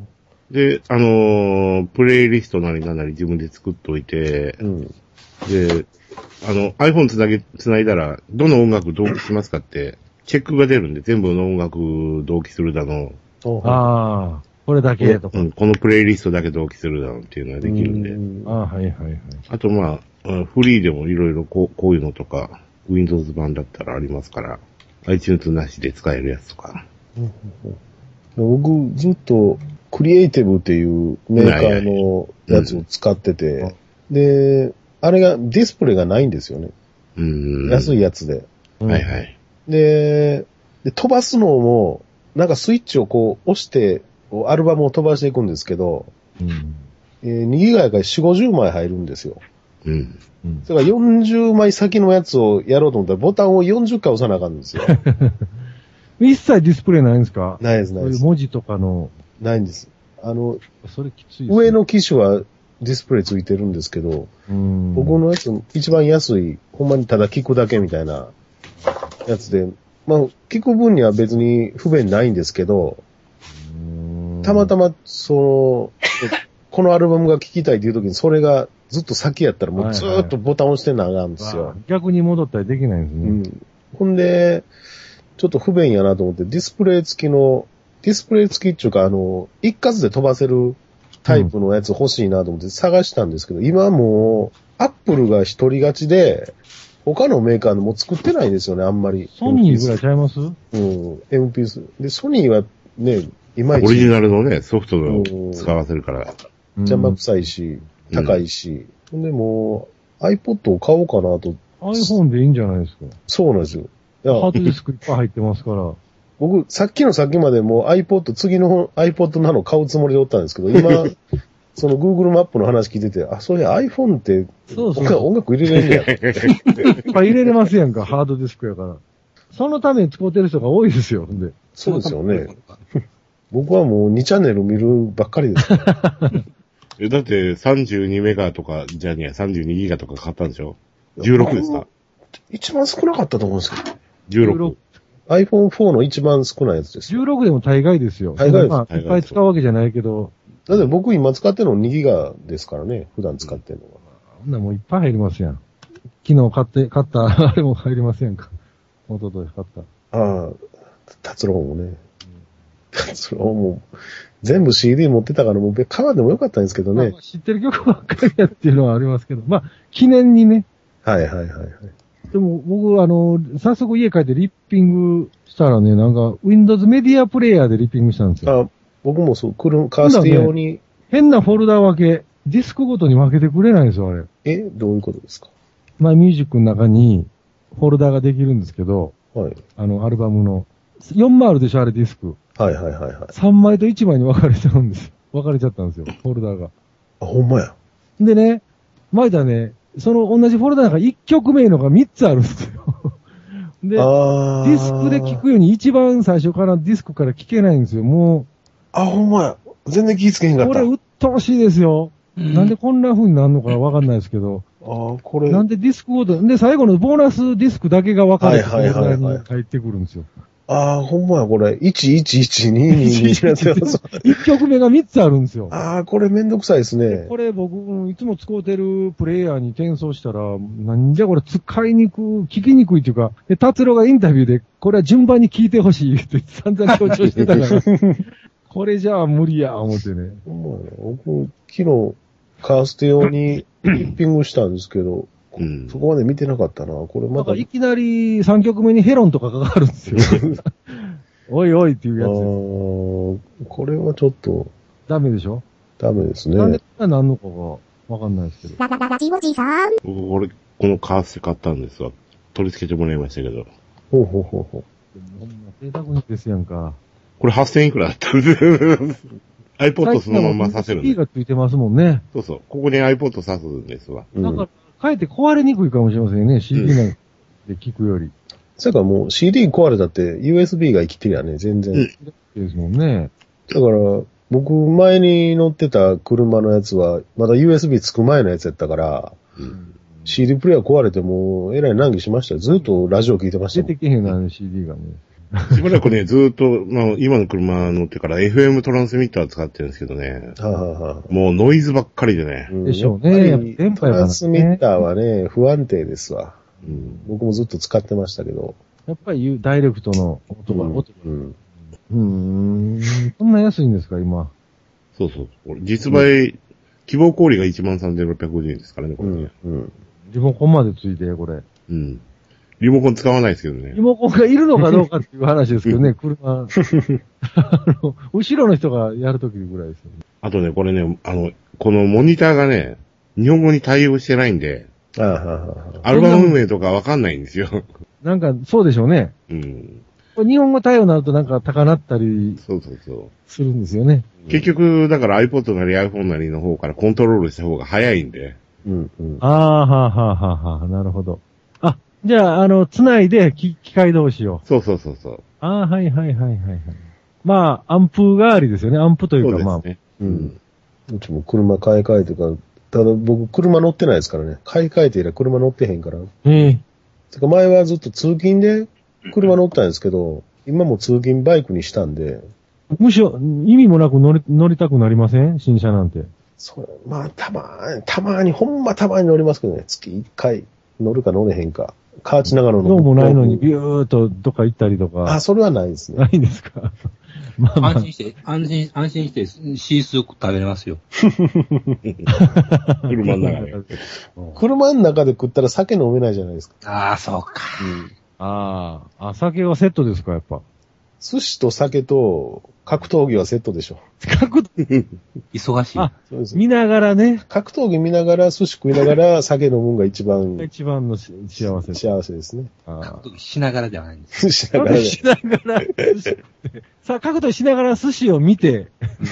で、あのー、プレイリストなりなんなり自分で作っといて、うん。で、あの、iPhone つなげ、つないだら、どの音楽同期しますかって、チェックが出るんで、全部の音楽同期するだの。 ああ、これだけとか、 うん。このプレイリストだけ同期するだのっていうのができるんで。 うんああ、はいはいはい。 あとまあ、フリーでもいろいろこう、こういうのとか、Windows 版だったらありますから、iTunes なしで使えるやつとか。 僕、ずっと、クリエイティブっていうメーカーのやつを使ってて、うん、で、あれが、ディスプレイがないんですよね。うん安いやつで。 はいはい。 で、で飛ばすのも、なんかスイッチをこう押して、アルバムを飛ばしていくんですけど、うんえー、にギガやからよんじゅう、ごじゅうまい入るんですよ。うん。だからよんじゅうまい先のやつをやろうと思ったらボタンをよんじゅっかい押さなあかんんですよ。 一切ディスプレイないんですか？ ないです、ないです。 そういう文字とかの。 ないんです。あの、 それきついですね。 上の機種はディスプレイついてるんですけど、うん僕のやつ一番安い、ほんまにただ聞くだけみたいなやつで、まあ、聞く分には別に不便ないんですけど、たまたま、その、このアルバムが聴きたいっていう時にそれがずっと先やったらもうずーっとボタン押してなあかんんですよ、はいはい。 逆に戻ったりできないんですね。うん。 ほんで、ちょっと不便やなと思ってディスプレイ付きの、ディスプレイ付きっていうかあの、一括で飛ばせるタイプのやつ欲しいなと思って探したんですけど、うん、今もう、アップルが一人勝ちで、他のメーカーのも作ってないんですよね、あんまり。 ソニーぐらいちゃいます？うん。 エムピース。で、ソニーはね、いまいち。 オリジナルのね、ソフトを使わせるから。 邪魔くさいし、高いし。うん、でもう、iPod を買おうかなと。 iPhone でいいんじゃないですか。 そうなんですよ。 いやハードディスクいっぱい入ってますから。 僕、さっきのさっきまでもう iPod、次の iPod なの買うつもりでおったんですけど、今、その Google マップの話聞いてて、あ、そういや iPhone って、そうそう音楽入れれんねや。 いっぱい入れれますやんか、ハードディスクやから。そのために使ってる人が多いですよ、で。 そうですよね。僕はもうにチャンネル見るばっかりです。 え、だってさんじゅうにメガとか、じゃねえ、さんじゅうにギガとか買ったんでしょ ?じゅうろく ですか？ 一番少なかったと思うんですけど。 じゅうろく。 アイフォンフォー の一番少ないやつです。 じゅうろくでも大概ですよ。 大概です。 まあ、いっぱい使うわけじゃないけど。 だって僕今使ってるのにギガですからね。普段使ってるのは。 ほんならもういっぱい入りますやん。昨日買って、買った、あれも入りませんか。一昨日買った。 ああ、達郎もね。達郎も、全部 シーディー 持ってたからもう買わんでもよかったんですけどね。 まあ、知ってる曲ばっかりやっていうのはありますけど。まあ、記念にね。 はいはいはいはい。 でも僕、あの、早速家帰ってリッピングしたらね、なんか、Windows メディアプレイヤーでリッピングしたんですよ。 あ、僕もそう、クルカーステ用に、ね。 変なフォルダ分け、ディスクごとに分けてくれないんですよ、あれ。 え、どういうことですか？ まあ、ミュージックの中に、フォルダができるんですけど、 はい。 あの、アルバムの、よんまいあるでしょ、あれディスク。 はいはいはいはい。 さんまいといちまいに分かれちゃうんですよ。分かれちゃったんですよ、フォルダが。 あ、ほんまや。 でね、前だね、その同じフォルダなんかいっきょくめのがみっつあるんですよ。で、ディスクで聴くように一番最初からディスクから聴けないんですよ、もう。 あ、ほんまや。全然気ぃつけへんかった。 これ、うっとうしいですよ。うん、なんでこんな風になるのかわかんないですけど。 ああ、これ。 なんでディスクごと、で、最後のボーナスディスクだけが分かれて、 はいはいはいはい、 入ってくるんですよ。 ああ、ほんまや、これ。いちいちいちにににになってます。 いっきょくめがみっつあるんですよ。 ああ、これめんどくさいですね。 これ僕、いつも使うてるプレイヤーに転送したら、なんじゃこれ使いにくい、聞きにくいっていうか、で、達郎がインタビューで、これは順番に聞いてほしいって散々強調してたから、これじゃあ無理や、思ってね。 ほんまやね。僕、昨日、カーステ用にリッピングしたんですけど、うん、そこまで見てなかったな。これまた。 なんかいきなりさんきょくめにヘロンとかかかるんですよ。おいおいっていうやつ。あこれはちょっと。 ダメでしょ？ ダメですね。 なんでなんのかがわかんないですけど。 ララララジオジさん。 僕、これ、このカーステ買ったんですわ。取り付けてもらいましたけど。 ほうほうほうほう。 ほんま贅沢にですやんか。 これはっせんえんくらいだったんです。iPod そのままさせるんです。 スピーがついてますもんね。 そうそう。ここに iPod さすんですわ。 なんか、かえって壊れにくいかもしれませんね。シーディー なんで聞くより。 それからもう シーディー 壊れたって ユーエスビー が生きてるやね、全然。うん。 ですもんね。 だから、僕前に乗ってた車のやつは、まだ ユーエスビー つく前のやつやったから、うん、シーディー プレイヤー壊れても、えらい難儀しましたよ。ずっとラジオ聞いてましたもん。 出てけへんな、ね、シーディー がね。 しばらくね、ずっと、まあ、今の車乗ってから エフエム トランスミッター使ってるんですけどね。はあはあ、もうノイズばっかりでね。 うん、でしょうね。やっぱ電波やからね。 トランスミッターはね、不安定ですわ。うん、僕もずっと使ってましたけど。 やっぱりダイレクトの音が、うん、音が。うん。うーん。そんな安いんですか、今。 そうそう。実売、うん、希望小売が いちまんさんぜんろっぴゃくごじゅうえんですからね、これね。うん。うん、 リモコンまでついて、これ。 うん。リモコン使わないですけどね。 リモコンがいるのかどうかっていう話ですけどね、車。あの、後ろの人がやるときぐらいですよね。 あとね、これね、あの、このモニターがね、日本語に対応してないんで、ああアルバム名とかわかんないんですよ。 なんか、そうでしょうね。うん。日本語対応になるとなんか高鳴ったり、そうそうそう。するんですよね。 結局、だから iPod なり iPhone なりの方からコントロールした方が早いんで。 うんうん。ああ、はあはあはあはあ、なるほど。あ、じゃあ、あの、つないで機械同士を。 そうそうそうそう。 ああ、はいはいはいはいはい。まあ、アンプ代わりですよね。アンプというか、まあ。そうですね。 うん。うちも車買い替えてか、ただ僕車乗ってないですからね。買い替えて以来車乗ってへんから。ええ。てか前はずっと通勤で車乗ったんですけど、今も通勤バイクにしたんで。 むしろ意味もなく乗り、乗りたくなりません？新車なんて。 そう、まあたまーに、たまーに、ほんまたまーに乗りますけどね。月いっかい乗るか乗れへんか。カーチ長野の。 どうもないのにビューっとどっか行ったりとか。 あ、それはないですね。 ないんですか。 まあまあ、安心して、安心、安心して、シースー食べれますよ。 車の中で。 車の中で食ったら酒飲めないじゃないですか。 ああ、そうか。うん、 ああ、酒はセットですか、やっぱ。 寿司と酒と格闘技はセットでしょ。 格闘技忙しい。あ、 そうです。見ながらね。 格闘技見ながら寿司食いながら酒飲むのが一番。 一番の幸せ。 幸せですね。 格闘技しながらではないんです。 しながら。 しながら。さあ、格闘技しながら寿司を見て。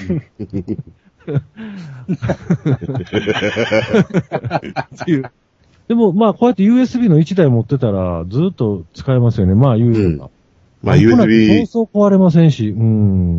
でも、まあ、こうやって ユーエスビー のいちだい持ってたら、ずっと使えますよね。まあ、言うような。 まあ ユーエスビー。 そうそう壊れませんし、うん。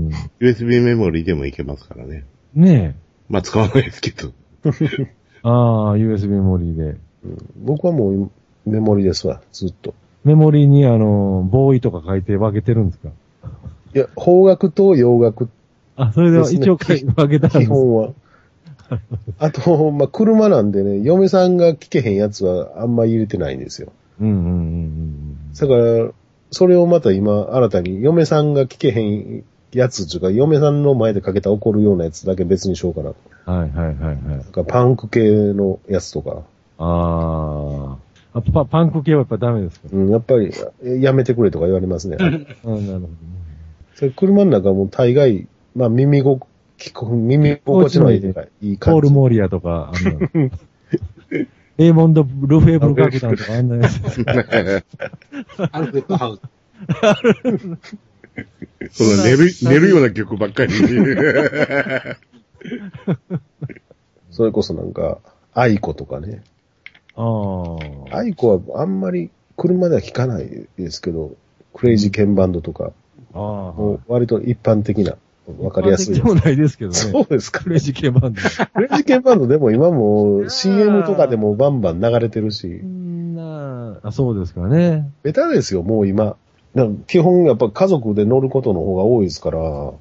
ユーエスビー メモリでもいけますからね。 ねえ。 まあ使わないですけど。 ああ、ユーエスビー メモリで、うん。 僕はもうメモリですわ、ずっと。 メモリにあの、ボーイとか書いて分けてるんですか？ いや、邦楽と洋楽、ね。 あ、それでは一応分けたんです。 基本は。あと、まあ、車なんでね、嫁さんが聞けへんやつはあんま入れてないんですよ。うんうんうんうん。だから、それをまた今、新たに、嫁さんが聞けへんやつというか、嫁さんの前でかけたら怒るようなやつだけ別にしようかな。 はいはいはいはい。 なんかパンク系のやつとか。 ああ。 あパパンク系はやっぱダメですか？ うん、やっぱり、やめてくれとか言われますね。あ、なるほどね。それ車の中も大概、まあ耳ご、聞く、耳心地のいい感じ。 ポール・モーリアとか、あの、エーモンド・ルフェーブル楽団とかあんなやつ。 アルフレッドハウス。 その寝る、寝るような曲ばっかり。 それこそなんか、アイコとかね。 ああ。 アイコはあんまり車では聴かないですけど、クレイジーケンバンドとか、 ああ。 もう割と一般的な、わかりやすい。 一般的でもないですけどね。 そうですか。 クレイジーケンバンド。 クレイジーケンバンドでも今も シーエム とかでもバンバン流れてるし。 んなあ、そうですかね。 ベタですよ、もう今。なんか基本やっぱ家族で乗ることの方が多いですから。うん、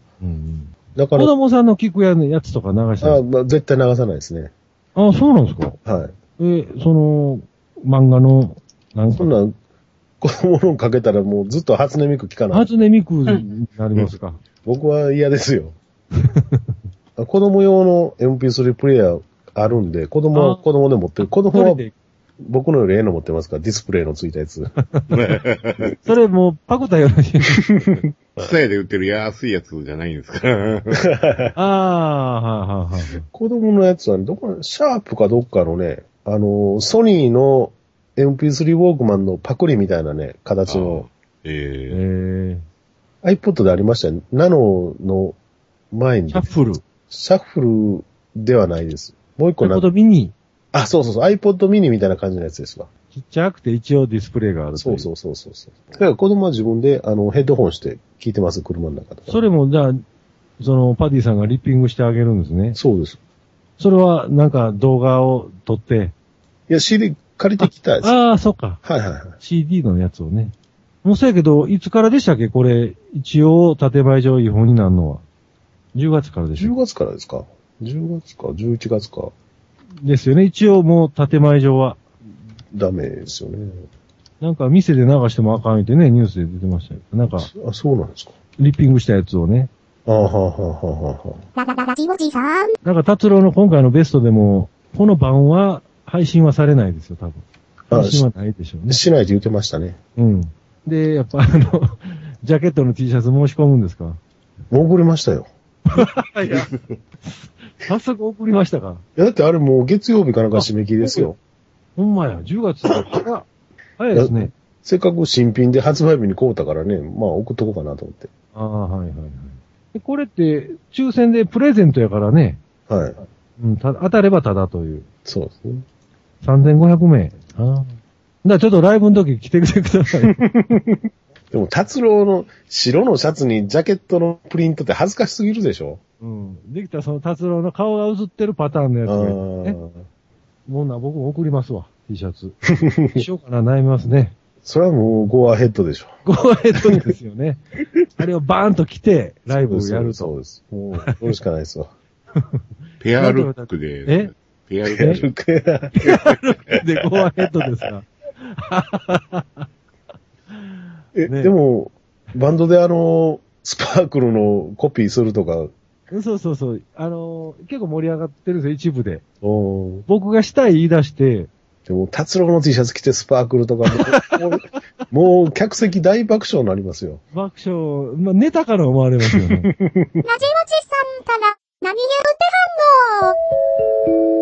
だから子供さんの聞くやつとか流してるあ、まあ、絶対流さないですね。 ああ、そうなんですか？ はい。 え、その、漫画の、 なんか。そんな、子供のかけたらもうずっと初音ミク聞かない。 初音ミクになりますか？うん、 僕は嫌ですよ。子供用の エムピースリー プレイヤーあるんで、子供は子供で持ってる。子供は僕のよりええの持ってますから、ディスプレイのついたやつ。 それもうパクったような。 スタイで売ってる安いやつじゃないんですか。 ああ、はいはいはい。 子供のやつはね、どこシャープかどっかのね、あの、ソニーの エムピースリー ウォークマンのパクリみたいなね、形の。 ええー、iPod でありましたよ。ナノの前に。 シャッフル。 シャッフルではないです。もう一個なんか。 iPod mini。 あ、そうそうそう。iPod mini みたいな感じのやつですわ。 ちっちゃくて一応ディスプレイがある。 そうそうそうそう。だから子供は自分で、あの、ヘッドホンして聞いてます、車の中とか。 それも、じゃあ、その、パディさんがリッピングしてあげるんですね。 そうです。 それは、なんか動画を撮って。 いや、シーディー 借りてきたやつ。 ああ、そっか。 はいはいはい。 シーディー のやつをね。もうそうやけど、いつからでしたっけこれ、一応、建前上違法になるのは。じゅうがつからでしょ ?じゅう月からですか ?じゅう 月か、じゅういちがつか。 ですよね。一応もう建前上は。 ダメですよね。 なんか店で流してもあかんってね、ニュースで出てましたよ。なんか。 あ、そうなんですか。 リッピングしたやつをね。 ああ、はあ、はあ、はあ、はあ。 なんか達郎の今回のベストでも、この版は配信はされないですよ、多分。配信はないでしょうね。 しないと言ってましたね。 うん。で、やっぱあの、ジャケットの T シャツ申し込むんですか？ もう送りましたよ。 いや、早速送りましたか？ いや、だってあれもう月曜日かなんか締め切りですよ。 ほんまや、じゅうがつ。あ、早いですね。 せっかく新品で発売日に買うたからね、まあ送っとこうかなと思って。 ああ、はいはいはい。でこれって、抽選でプレゼントやからね。 はい。 うん、た当たればただという。 そうですね。 さんぜんごひゃくめい。ああ。だからちょっとライブの時来てくれください。 でも、達郎の白のシャツにジャケットのプリントって恥ずかしすぎるでしょ？ うん。できたらその達郎の顔が映ってるパターンのやつが、ね。もうな、僕も送りますわ、T シャツ。しようかな、悩みますね。 それはもうゴーアヘッドでしょ。 ゴーアヘッドですよね。あれをバーンと着て、ライブをやると。 そうです。もう、それしかないですわ。 ペアルックで。 えペアルック。ペアルックでゴーアヘッドですか。 え、ね、でも、バンドであの、スパークルのコピーするとか。 そうそうそう。あの、結構盛り上がってるんですよ、一部で。僕がしたい言い出して、 でも、達郎の T シャツ着てスパークルとかも、もう、もう客席大爆笑になりますよ。 爆笑、まあ、ネタから思われますよね。ラジオチさんから何言うてはんの